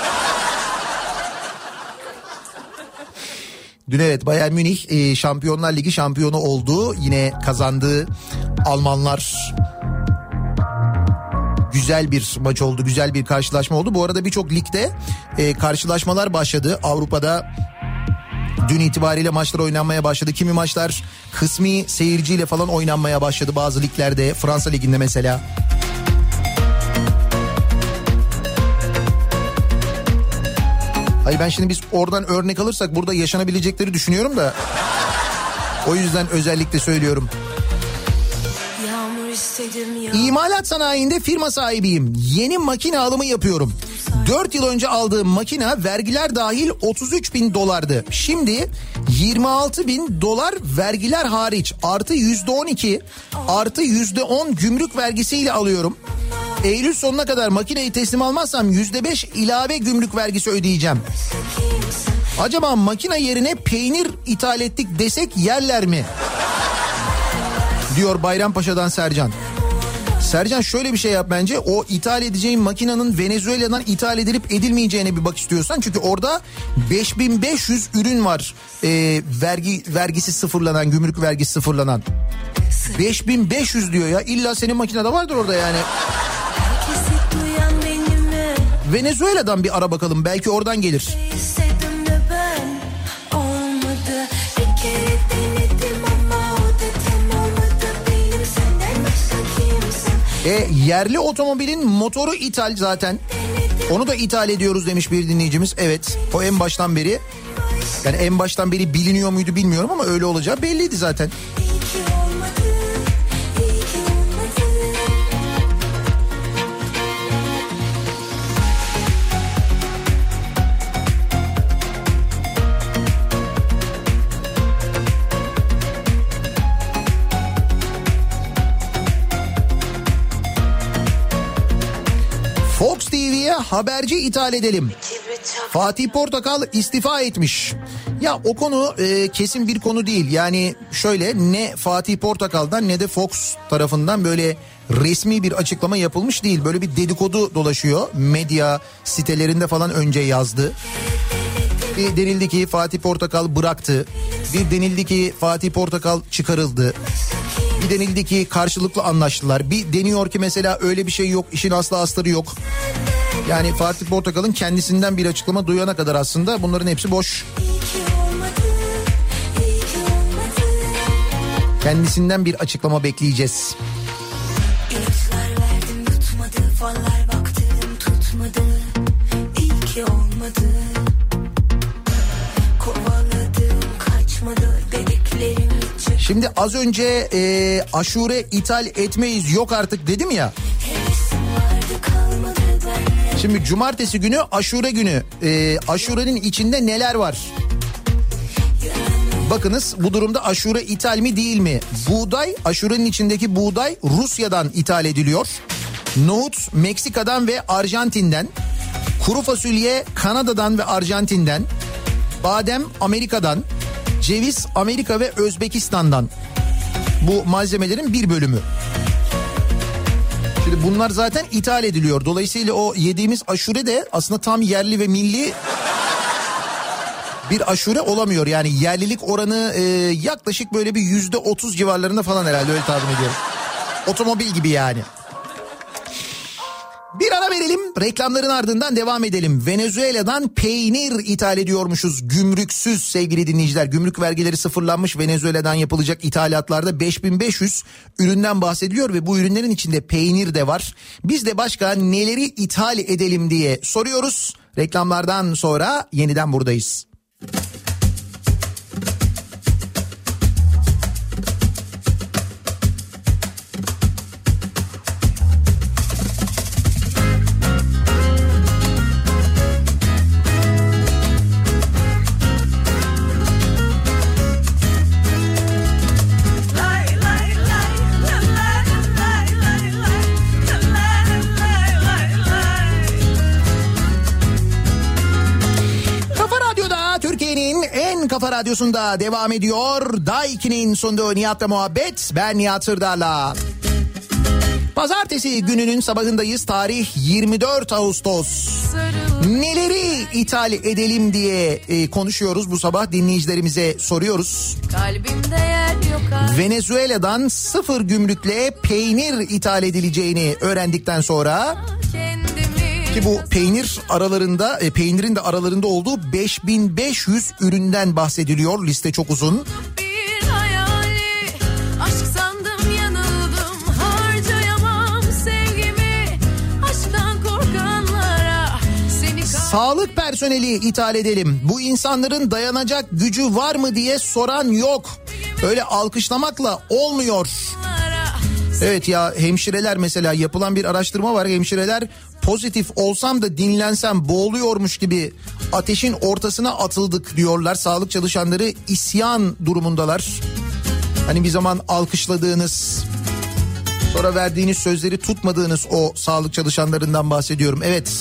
Dün evet Bayern Münih Şampiyonlar Ligi şampiyonu oldu. Yine kazandı Almanlar. Güzel bir maç oldu, güzel bir karşılaşma oldu. Bu arada birçok ligde e, karşılaşmalar başladı. Avrupa'da dün itibariyle maçlar oynanmaya başladı. Kimi maçlar kısmi seyirciyle falan oynanmaya başladı bazı liglerde. Fransa Ligi'nde mesela. Hayır, ben şimdi biz oradan örnek alırsak burada yaşanabilecekleri düşünüyorum da. O yüzden özellikle söylüyorum. İmalat sanayinde firma sahibiyim. Yeni makine alımı yapıyorum. dört yıl önce aldığım makina vergiler dahil otuz üç bin dolardı. Şimdi yirmi altı bin dolar vergiler hariç artı yüzde on iki artı yüzde on gümrük vergisiyle alıyorum. Eylül sonuna kadar makineyi teslim almazsam yüzde beş ilave gümrük vergisi ödeyeceğim. Acaba makine yerine peynir ithal ettik desek yerler mi? Diyor Bayrampaşa'dan Sercan. Sercan şöyle bir şey yap bence. O ithal edeceğin makinenin Venezuela'dan ithal edilip edilmeyeceğine bir bak istiyorsan. Çünkü orada beş bin beş yüz ürün var. E, vergi vergisi sıfırlanan, gümrük vergisi sıfırlanan. beş bin beş yüz diyor ya. İlla senin makinede vardır orada yani. Venezuela'dan bir ara bakalım. Belki oradan gelir. E, yerli otomobilin motoru ithal zaten. Onu da ithal ediyoruz demiş bir dinleyicimiz. Evet, o en baştan beri, yani en baştan beri biliniyor muydu bilmiyorum ama öyle olacağı belliydi zaten. Fox T V'ye haberci ithal edelim. Fatih Portakal istifa etmiş. Ya o konu e, kesin bir konu değil. Yani şöyle, ne Fatih Portakal'dan ne de Fox tarafından böyle resmi bir açıklama yapılmış değil. Böyle bir dedikodu dolaşıyor. Medya sitelerinde falan önce yazdı. Bir denildi ki Fatih Portakal bıraktı. Bir denildi ki Fatih Portakal çıkarıldı. Bir denildi ki karşılıklı anlaştılar. Bir deniyor ki mesela öyle bir şey yok, işin aslı astarı yok. Yani Fatih Portakal'ın kendisinden bir açıklama duyana kadar aslında bunların hepsi boş. Kendisinden bir açıklama bekleyeceğiz. İlaçlar verdim tutmadı, fallar baktım tutmadı. İyi ki olmadı. Kovaladım kaçmadı dediklerim. Şimdi az önce e, aşure ithal etmeyiz yok artık dedim ya. Şimdi cumartesi günü aşure günü. E, aşurenin içinde neler var? Bakınız, bu durumda aşure ithal mi değil mi? Buğday, aşurenin içindeki buğday Rusya'dan ithal ediliyor. Nohut Meksika'dan ve Arjantin'den. Kuru fasulye Kanada'dan ve Arjantin'den. Badem Amerika'dan. Ceviz Amerika ve Özbekistan'dan. Bu malzemelerin bir bölümü. Şimdi bunlar zaten ithal ediliyor. Dolayısıyla o yediğimiz aşure de aslında tam yerli ve milli bir aşure olamıyor. Yani yerlilik oranı e, yaklaşık böyle bir yüzde otuz civarlarında falan herhalde, öyle tahmin ediyorum. Otomobil gibi yani. Bir ara verelim, reklamların ardından devam edelim. Venezuela'dan peynir ithal ediyormuşuz gümrüksüz sevgili dinleyiciler. Gümrük vergileri sıfırlanmış Venezuela'dan yapılacak ithalatlarda beş bin beş yüz üründen bahsediliyor ve bu ürünlerin içinde peynir de var. Biz de başka neleri ithal edelim diye soruyoruz. Reklamlardan sonra yeniden buradayız. Kafa Radyosu'nda devam ediyor. Daiki'nin sunduğu Nihat'la muhabbet. Ben Nihat Sırdar'la. Pazartesi gününün sabahındayız. Tarih yirmi dört Ağustos. Neleri ithal edelim diye e, konuşuyoruz bu sabah, dinleyicilerimize soruyoruz. Kalbimde yer yok artık. Venezuela'dan sıfır gümrükle peynir ithal edileceğini öğrendikten sonra... Ki bu peynir aralarında, e, peynirin de aralarında olduğu beş bin beş yüz üründen bahsediliyor. Liste çok uzun. Bir hayali, aşk sandım yanıldım, harcayamam sevgimi, aşktan korkanlara seni... Sağlık personeli ithal edelim. Bu insanların dayanacak gücü var mı diye soran yok. Öyle alkışlamakla olmuyor. Evet ya, hemşireler mesela, yapılan bir araştırma var. Hemşireler pozitif olsam da dinlensem boğuluyormuş gibi ateşin ortasına atıldık diyorlar. Sağlık çalışanları isyan durumundalar. Hani bir zaman alkışladığınız, sonra verdiğiniz sözleri tutmadığınız o sağlık çalışanlarından bahsediyorum. Evet.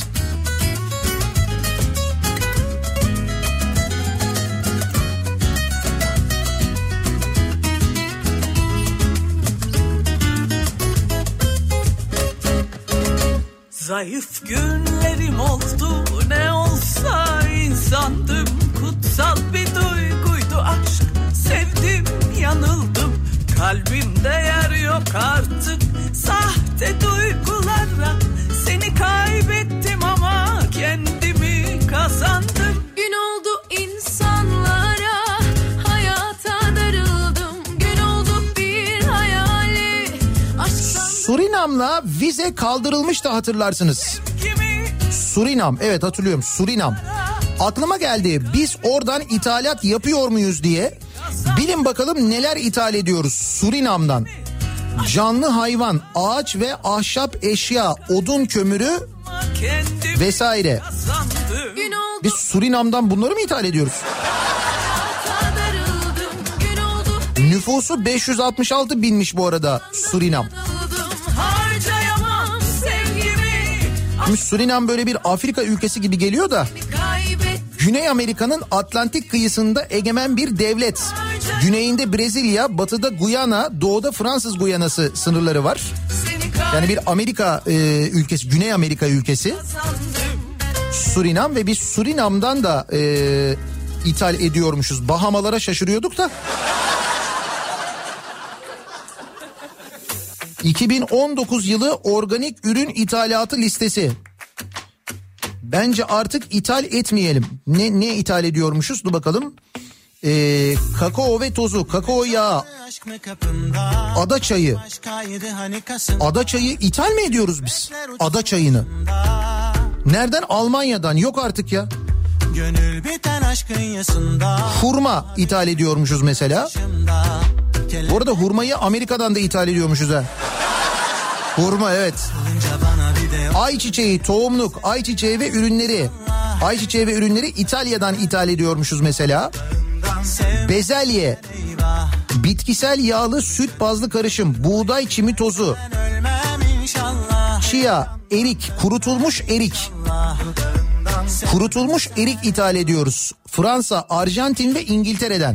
Zayıf günlerim oldu, ne olsa insandım. Kutsal bir duyguydu aşk, sevdim yanıldım. Kalbimde yer yok artık sahte duygulara. Seni kaybettim ama kendimi kazandım. Gün oldu insanlara, hayata darıldım. Gün oldu bir hayali aşktan. Surinam'la vize kaldırılmıştı, hatırlarsınız. Surinam, evet hatırlıyorum, Surinam. Aklıma geldi, biz oradan ithalat yapıyor muyuz diye. Bilin bakalım neler ithal ediyoruz Surinam'dan. Canlı hayvan, ağaç ve ahşap eşya, odun kömürü vesaire. Biz Surinam'dan bunları mı ithal ediyoruz? Nüfusu beş yüz altmış altı binmiş bu arada Surinam. Şimdi Surinam böyle bir Afrika ülkesi gibi geliyor da Güney Amerika'nın Atlantik kıyısında egemen bir devlet. Güneyinde Brezilya, batıda Guyana, doğuda Fransız Guyanası sınırları var. Yani bir Amerika e, ülkesi, Güney Amerika ülkesi Surinam ve biz Surinam'dan da e, ithal ediyormuşuz. Bahamalara şaşırıyorduk da. iki bin on dokuz yılı organik ürün ithalatı listesi. Bence artık ithal etmeyelim. Ne ne ithal ediyormuşuz? Dur bakalım. Ee, kakao ve tozu, kakao yağı, ada çayı. Ada çayı ithal mi ediyoruz biz? Ada çayını. Nereden? Almanya'dan. Yok artık ya. Hurma ithal ediyormuşuz mesela. Bu arada hurmayı Amerika'dan da ithal ediyormuşuz ha. Hurma, evet. Ayçiçeği, tohumluk, ayçiçeği ve ürünleri. Ayçiçeği ve ürünleri İtalya'dan ithal ediyormuşuz mesela. Bezelye, bitkisel yağlı süt bazlı karışım, buğday çimi tozu, chia, erik, kurutulmuş erik. Kurutulmuş erik ithal ediyoruz. Fransa, Arjantin ve İngiltere'den.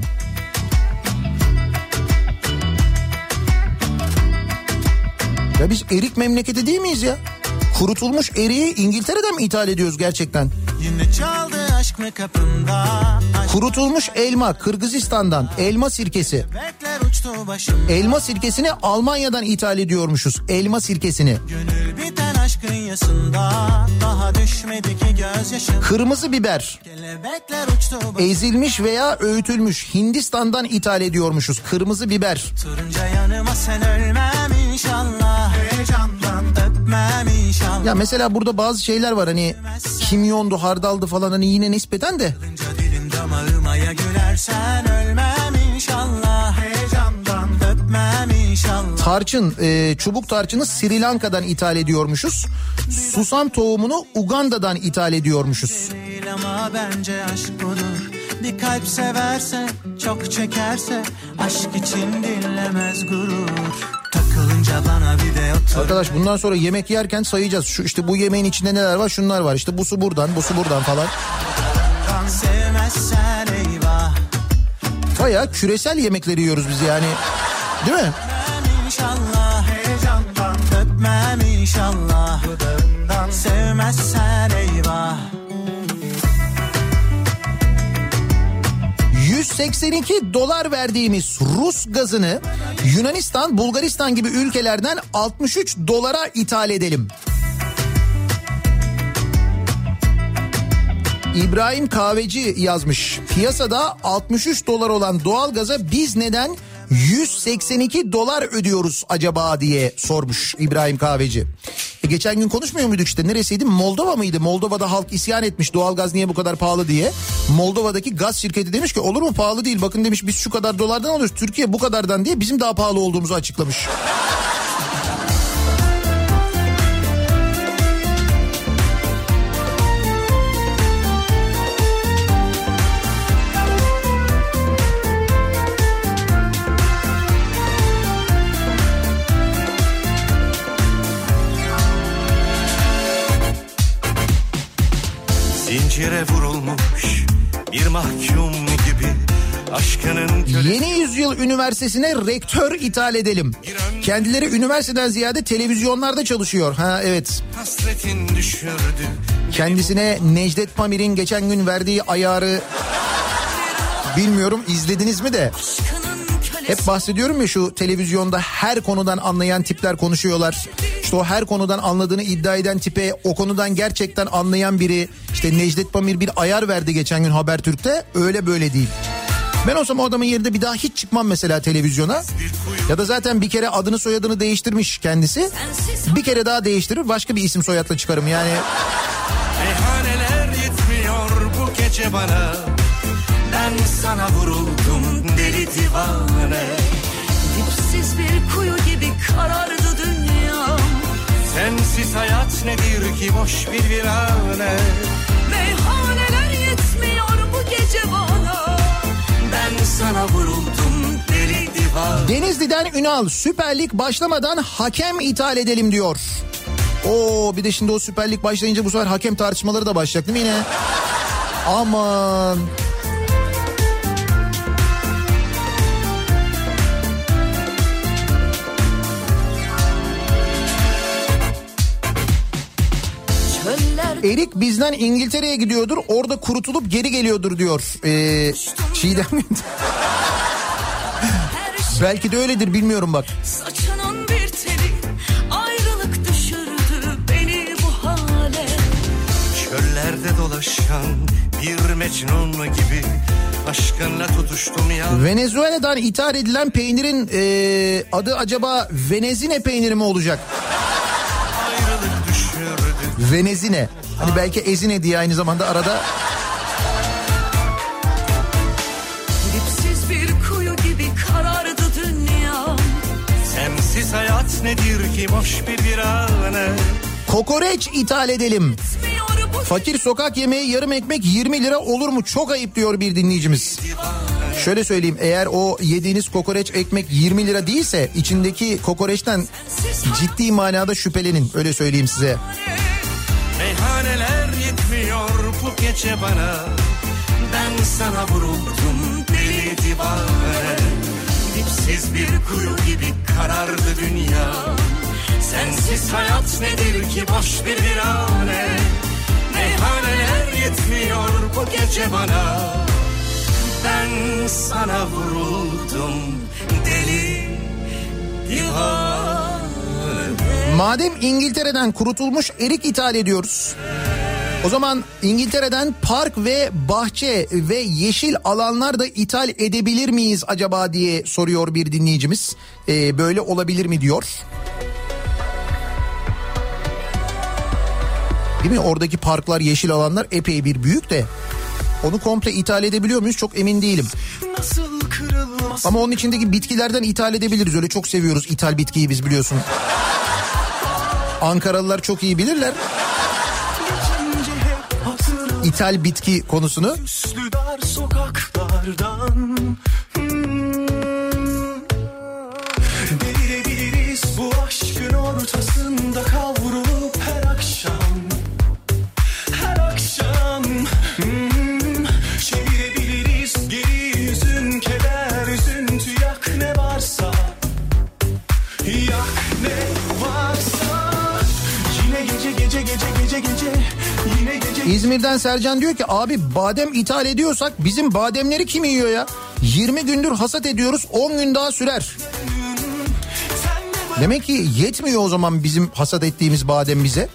Ya biz erik memleketi değil miyiz ya? Kurutulmuş eriği İngiltere'den mi ithal ediyoruz gerçekten? Yine çaldı aşk mı kapında, aşk... Kurutulmuş elma Kırgızistan'dan, elma sirkesi. Elma sirkesini Almanya'dan ithal ediyormuşuz. Elma sirkesini. Gönül biten aşkın yasında, daha düşmedi ki gözyaşım. Kırmızı biber. Ezilmiş veya öğütülmüş Hindistan'dan ithal ediyormuşuz. Kırmızı biber. Turunca yanıma sen ölmem inşallah. Heyecandan öpmem inşallah. Ya mesela burada bazı şeyler var hani kimyondu, hardaldı falan, hani yine nispeten de. Dilim damağıma ya gülersen ölmem inşallah. Heyecandan öpmem inşallah. Tarçın, e, çubuk tarçını Sri Lanka'dan ithal ediyormuşuz. Susam tohumunu Uganda'dan ithal ediyormuşuz. Ama bence aşk budur. Bir kalp severse, çok çekerse, aşk için dinlemez gurur. Takılınca bana bir de otur. Arkadaş bundan sonra yemek yerken sayacağız. Şu işte bu yemeğin içinde neler var? Şunlar var. İşte bu su buradan, bu su buradan falan. Sevmezsen eyvah. Bayağı küresel yemekleri yiyoruz biz yani. Değil mi? İnşallah heyecandan öpmem inşallah. Sevmezsen eyvah. yüz seksen iki dolar verdiğimiz Rus gazını Yunanistan, Bulgaristan gibi ülkelerden altmış üç dolara ithal edelim. İbrahim Kahveci yazmış. Piyasada altmış üç dolar olan doğalgaza biz neden yüz seksen iki dolar ödüyoruz acaba diye sormuş İbrahim Kahveci. E geçen gün konuşmuyor muyduk işte, neresiydi? Moldova mıydı? Moldova'da halk isyan etmiş doğalgaz niye bu kadar pahalı diye. Moldova'daki gaz şirketi demiş ki olur mu, pahalı değil. Bakın demiş biz şu kadar dolardan alıyoruz, Türkiye bu kadardan diye bizim daha pahalı olduğumuzu açıklamış. zincire vurulmuş bir mahkum gibi aşkının kölesi. Yeni Yüzyıl Üniversitesi'ne rektör ithal edelim. Kendileri üniversiteden ziyade televizyonlarda çalışıyor. Ha evet. Hasretin düşürdü. Kendisine Necdet Pamir'in geçen gün verdiği ayarı bilmiyorum izlediniz mi de. Hep bahsediyorum ya şu televizyonda her konudan anlayan tipler konuşuyorlar. İşte o her konudan anladığını iddia eden tipe o konudan gerçekten anlayan biri. İşte Necdet Pamir bir ayar verdi geçen gün Habertürk'te, öyle böyle değil. Ben olsam o adamın yerinde bir daha hiç çıkmam mesela televizyona. Ya da zaten bir kere adını soyadını değiştirmiş kendisi. Bir kere daha değiştirir başka bir isim soyadla çıkarım yani. Meyhaneler yetmiyor bu gece bana. Ben sana vuruldum deli divane. Dipsiz bir kuyu gibi karardı dünyam. Sensiz hayat nedir ki boş bir virane. Meyhaneler yetmiyor bu gece bana. Ben sana vuruldum deli divane. Denizli'den Ünal, Süper Lig başlamadan hakem ithal edelim diyor. Oo bir de şimdi o Süper Lig başlayınca bu sefer hakem tartışmaları da başlayacak değil mi yine? Aman. Erik bizden İngiltere'ye gidiyordur, orada kurutulup geri geliyordur diyor. Ee, Çiğdem. Belki de öyledir, bilmiyorum bak. Saçının bir teli ayrılık düşürdü beni bu hale. Çöllerde dolaşan bir mecnun gibi aşkınla tutuştum ya. Venezuela'dan ithal edilen peynirin e, adı acaba Venezine peyniri mi olacak? Ayrılık düşürdü. Venezine. Hani belki Ezine diye aynı zamanda arada. Dipsiz bir kuyu gibi karardı dünya. Sensiz hayat nedir ki boş bir virane. Kokoreç ithal edelim. Fakir sokak yemeği yarım ekmek yirmi lira olur mu? Çok ayıp diyor bir dinleyicimiz. Şöyle söyleyeyim, eğer o yediğiniz kokoreç ekmek yirmi lira değilse içindeki kokoreçten ciddi manada şüphelenin, öyle söyleyeyim size. Meyhaneler yetmiyor bu gece bana. Ben sana vuruldum deli divane. Dipsiz bir kuyu gibi karardı dünya. Sensiz hayat nedir ki boş bir virane. Meyhaneler yetmiyor bu gece bana. Ben sana vuruldum deli divane. Madem İngiltere'den kurutulmuş erik ithal ediyoruz, o zaman İngiltere'den park ve bahçe ve yeşil alanlar da ithal edebilir miyiz acaba diye soruyor bir dinleyicimiz. Ee, böyle olabilir mi diyor. Değil mi? Oradaki parklar, yeşil alanlar epey bir büyük de onu komple ithal edebiliyor muyuz çok emin değilim. Ama onun içindeki bitkilerden ithal edebiliriz. Öyle çok seviyoruz ithal bitkiyi biz, biliyorsun. Ankaralılar çok iyi bilirler İthal bitki konusunu. Üslüdar sokaklardan hmm. Delirebiliriz bu aşkın ortasında kavrulup her akşam. Her akşam hmm. Çevirebiliriz geri yüzün, keder, üzüntü, yak ne varsa. Yak ne varsa. Yine gece gece gece gece gece yine gece. İzmir'den Sercan diyor ki abi badem ithal ediyorsak bizim bademleri kim yiyor ya? yirmi gündür hasat ediyoruz, on gün daha sürer. Demek ki yetmiyor o zaman bizim hasat ettiğimiz badem bize.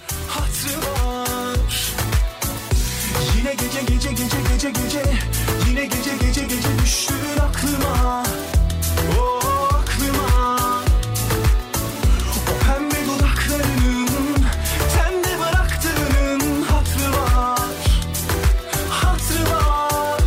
Yine gece gece gece gece gece yine gece gece gece düştün aklıma. O aklıma. O pembe dudaklarının tende bıraktığının hatrı var. Hatrı var.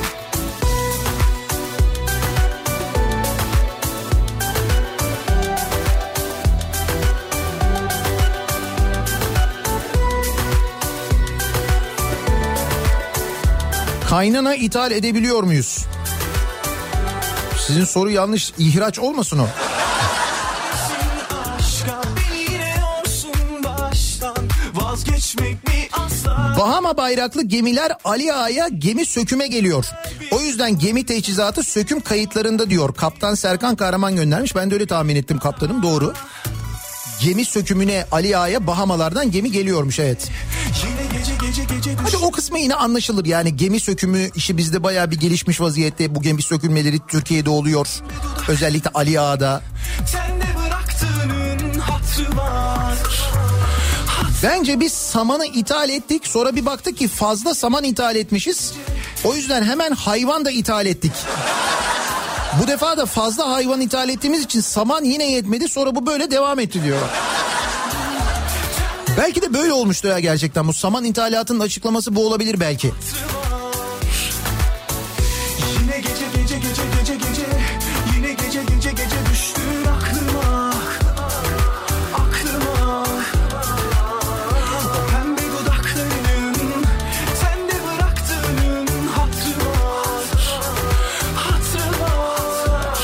Kaynana ithal edebiliyor muyuz? Sizin soru yanlış, ihraç olmasın o. Aşka beni yine yorsun baştan, vazgeçmek mi asla Bahama bayraklı gemiler Ali Ağa'ya gemi söküme geliyor. O yüzden gemi teçhizatı söküm kayıtlarında diyor. Kaptan Serkan Kahraman göndermiş. Ben de öyle tahmin ettim kaptanım, doğru. Gemi sökümüne Ali Ağa'ya Bahamalardan gemi geliyormuş, evet. Hadi o kısmı yine anlaşılır, yani gemi sökümü işi bizde bayağı bir gelişmiş vaziyette. Bu gemi sökülmeleri Türkiye'de oluyor. Özellikle Ali Ağa'da. Bence biz samanı ithal ettik, sonra bir baktık ki fazla saman ithal etmişiz. O yüzden hemen hayvan da ithal ettik. Bu defa da fazla hayvan ithal ettiğimiz için saman yine yetmedi, sonra bu böyle devam etti diyor. Belki de böyle olmuştu ya gerçekten, bu saman ithalatının açıklaması bu olabilir belki. Yine gece gece gece gece gece yine gece gece gece düştün aklıma, aklıma. O pembe dudaklarının sende bıraktığının hatırı var, hatırı var.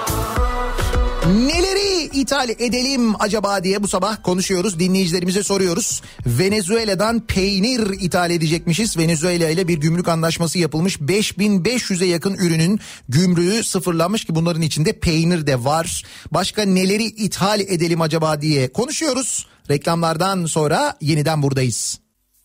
Neleri ithal edelim acaba diye bu sabah konuşuyoruz, dinleyicilerimize soruyoruz. Venezuela'dan peynir ithal edecekmişiz. Venezuela ile bir gümrük anlaşması yapılmış. beş bin beş yüze yakın ürünün gümrüğü sıfırlanmış ki bunların içinde peynir de var. Başka neleri ithal edelim acaba diye konuşuyoruz. Reklamlardan sonra yeniden buradayız.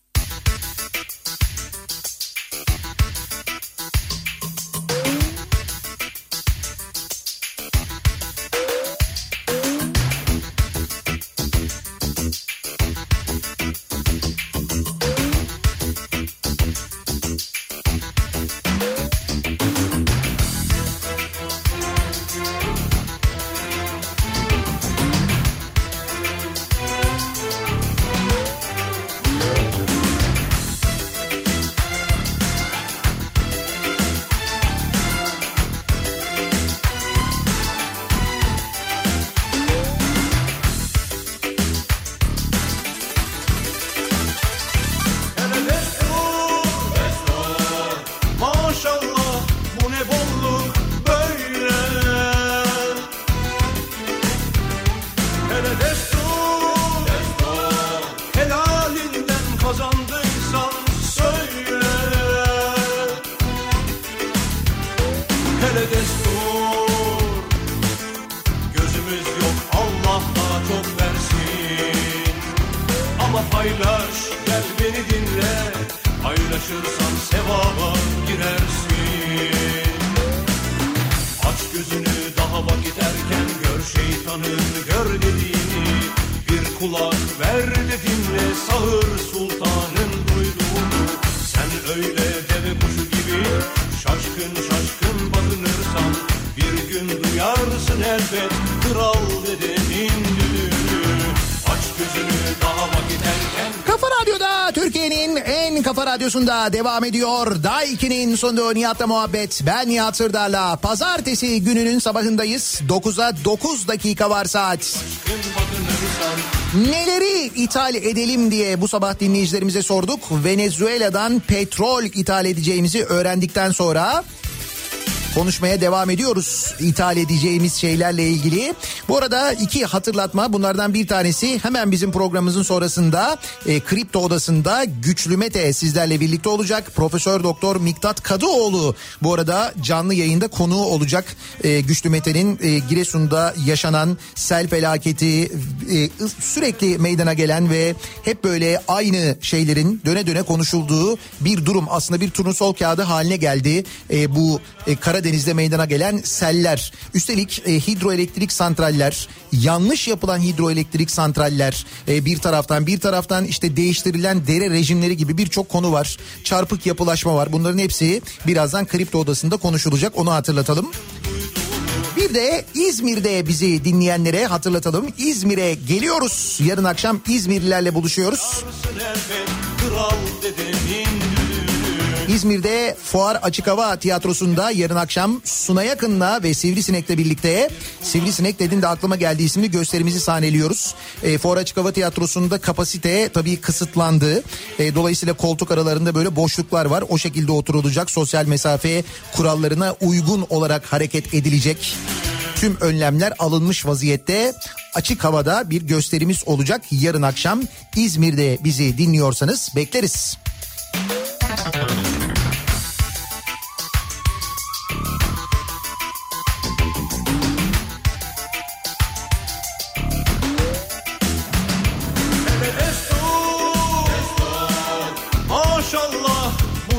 Radyosu'nda devam ediyor. Daiki'nin sunduğu Nihat'la muhabbet. Ben Nihat Sırdar'la. Pazartesi gününün sabahındayız. dokuza dokuz dakika var saat. Neleri ithal edelim diye bu sabah dinleyicilerimize sorduk. Venezuela'dan petrol ithal edeceğimizi öğrendikten sonra konuşmaya devam ediyoruz ithal edeceğimiz şeylerle ilgili. Bu arada iki hatırlatma, bunlardan bir tanesi hemen bizim programımızın sonrasında e, Kripto Odası'nda Güçlü Mete sizlerle birlikte olacak. Profesör Doktor Miktat Kadıoğlu bu arada canlı yayında konuğu olacak. E, Güçlü Mete'nin e, Giresun'da yaşanan sel felaketi, e, sürekli meydana gelen ve hep böyle aynı şeylerin döne döne konuşulduğu bir durum. Aslında bir turnusol kağıdı haline geldi e, bu e, Karadeniz'de meydana gelen seller. Üstelik e, hidroelektrik santraller, yanlış yapılan hidroelektrik santraller e, bir taraftan bir taraftan işte değiştirilen dere rejimleri gibi birçok konu var. Çarpık yapılaşma var. Bunların hepsi birazdan Kripto Odası'nda konuşulacak. Onu hatırlatalım. Bir de İzmir'de bizi dinleyenlere hatırlatalım. İzmir'e geliyoruz. Yarın akşam İzmirlilerle buluşuyoruz. İzmir'de Fuar Açık Hava Tiyatrosu'nda yarın akşam Sunay Akın'la ve Sivrisinek'le birlikte, Sivrisinek dedin de aklıma geldiği isimli gösterimizi sahneliyoruz. E, Fuar Açık Hava Tiyatrosu'nda kapasite tabii kısıtlandı. E, dolayısıyla koltuk aralarında böyle boşluklar var. O şekilde oturulacak. Sosyal mesafe kurallarına uygun olarak hareket edilecek. Tüm önlemler alınmış vaziyette. Açık havada bir gösterimiz olacak yarın akşam. İzmir'de bizi dinliyorsanız bekleriz.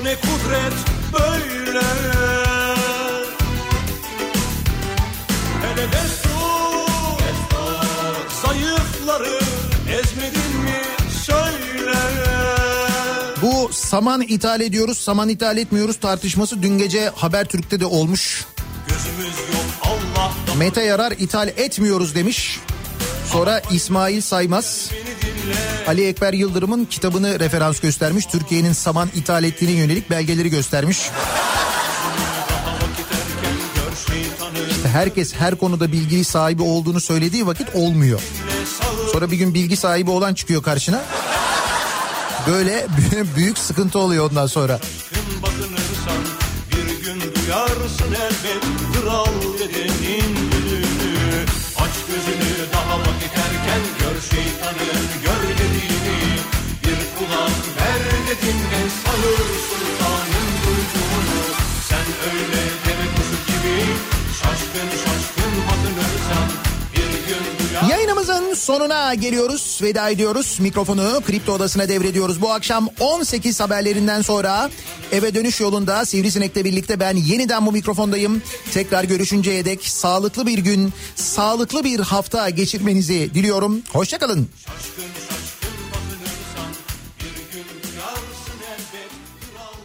ne kudret böyle. Hele destur, destur. Zayıfları ezmedin mi söyle. Bu saman ithal ediyoruz, saman ithal etmiyoruz tartışması dün gece Habertürk'te de olmuş. Gözümüz yok Allah'tan. Mete Yarar ithal etmiyoruz demiş. Sonra İsmail Saymaz Ali Ekber Yıldırım'ın kitabını referans göstermiş. Türkiye'nin saman ithal ettiğine yönelik belgeleri göstermiş. İşte herkes her konuda bilgi sahibi olduğunu söylediği vakit olmuyor. Sonra bir gün bilgi sahibi olan çıkıyor karşına. Böyle büyük sıkıntı oluyor ondan sonra. Bakınırsan bir gün duyarsın elbet kral dedenin gülünü. Aç gözünü daha vakit erken gör şeytanın gör dediğini. Bir kulak ver dediğinde sağır sultanın duyduğunu. Sen öyle deve kuşu gibi şaşkın şaşkın bakınırsan bir gün duyarsın. Yayınımızın sonuna geliyoruz. Veda ediyoruz. Mikrofonu Kripto Odası'na devrediyoruz. Bu akşam on sekiz haberlerinden sonra eve dönüş yolunda Sivrisinek'le birlikte ben yeniden bu mikrofondayım. Tekrar görüşünceye dek sağlıklı bir gün, sağlıklı bir hafta geçirmenizi diliyorum. Hoşça kalın. Şaşkın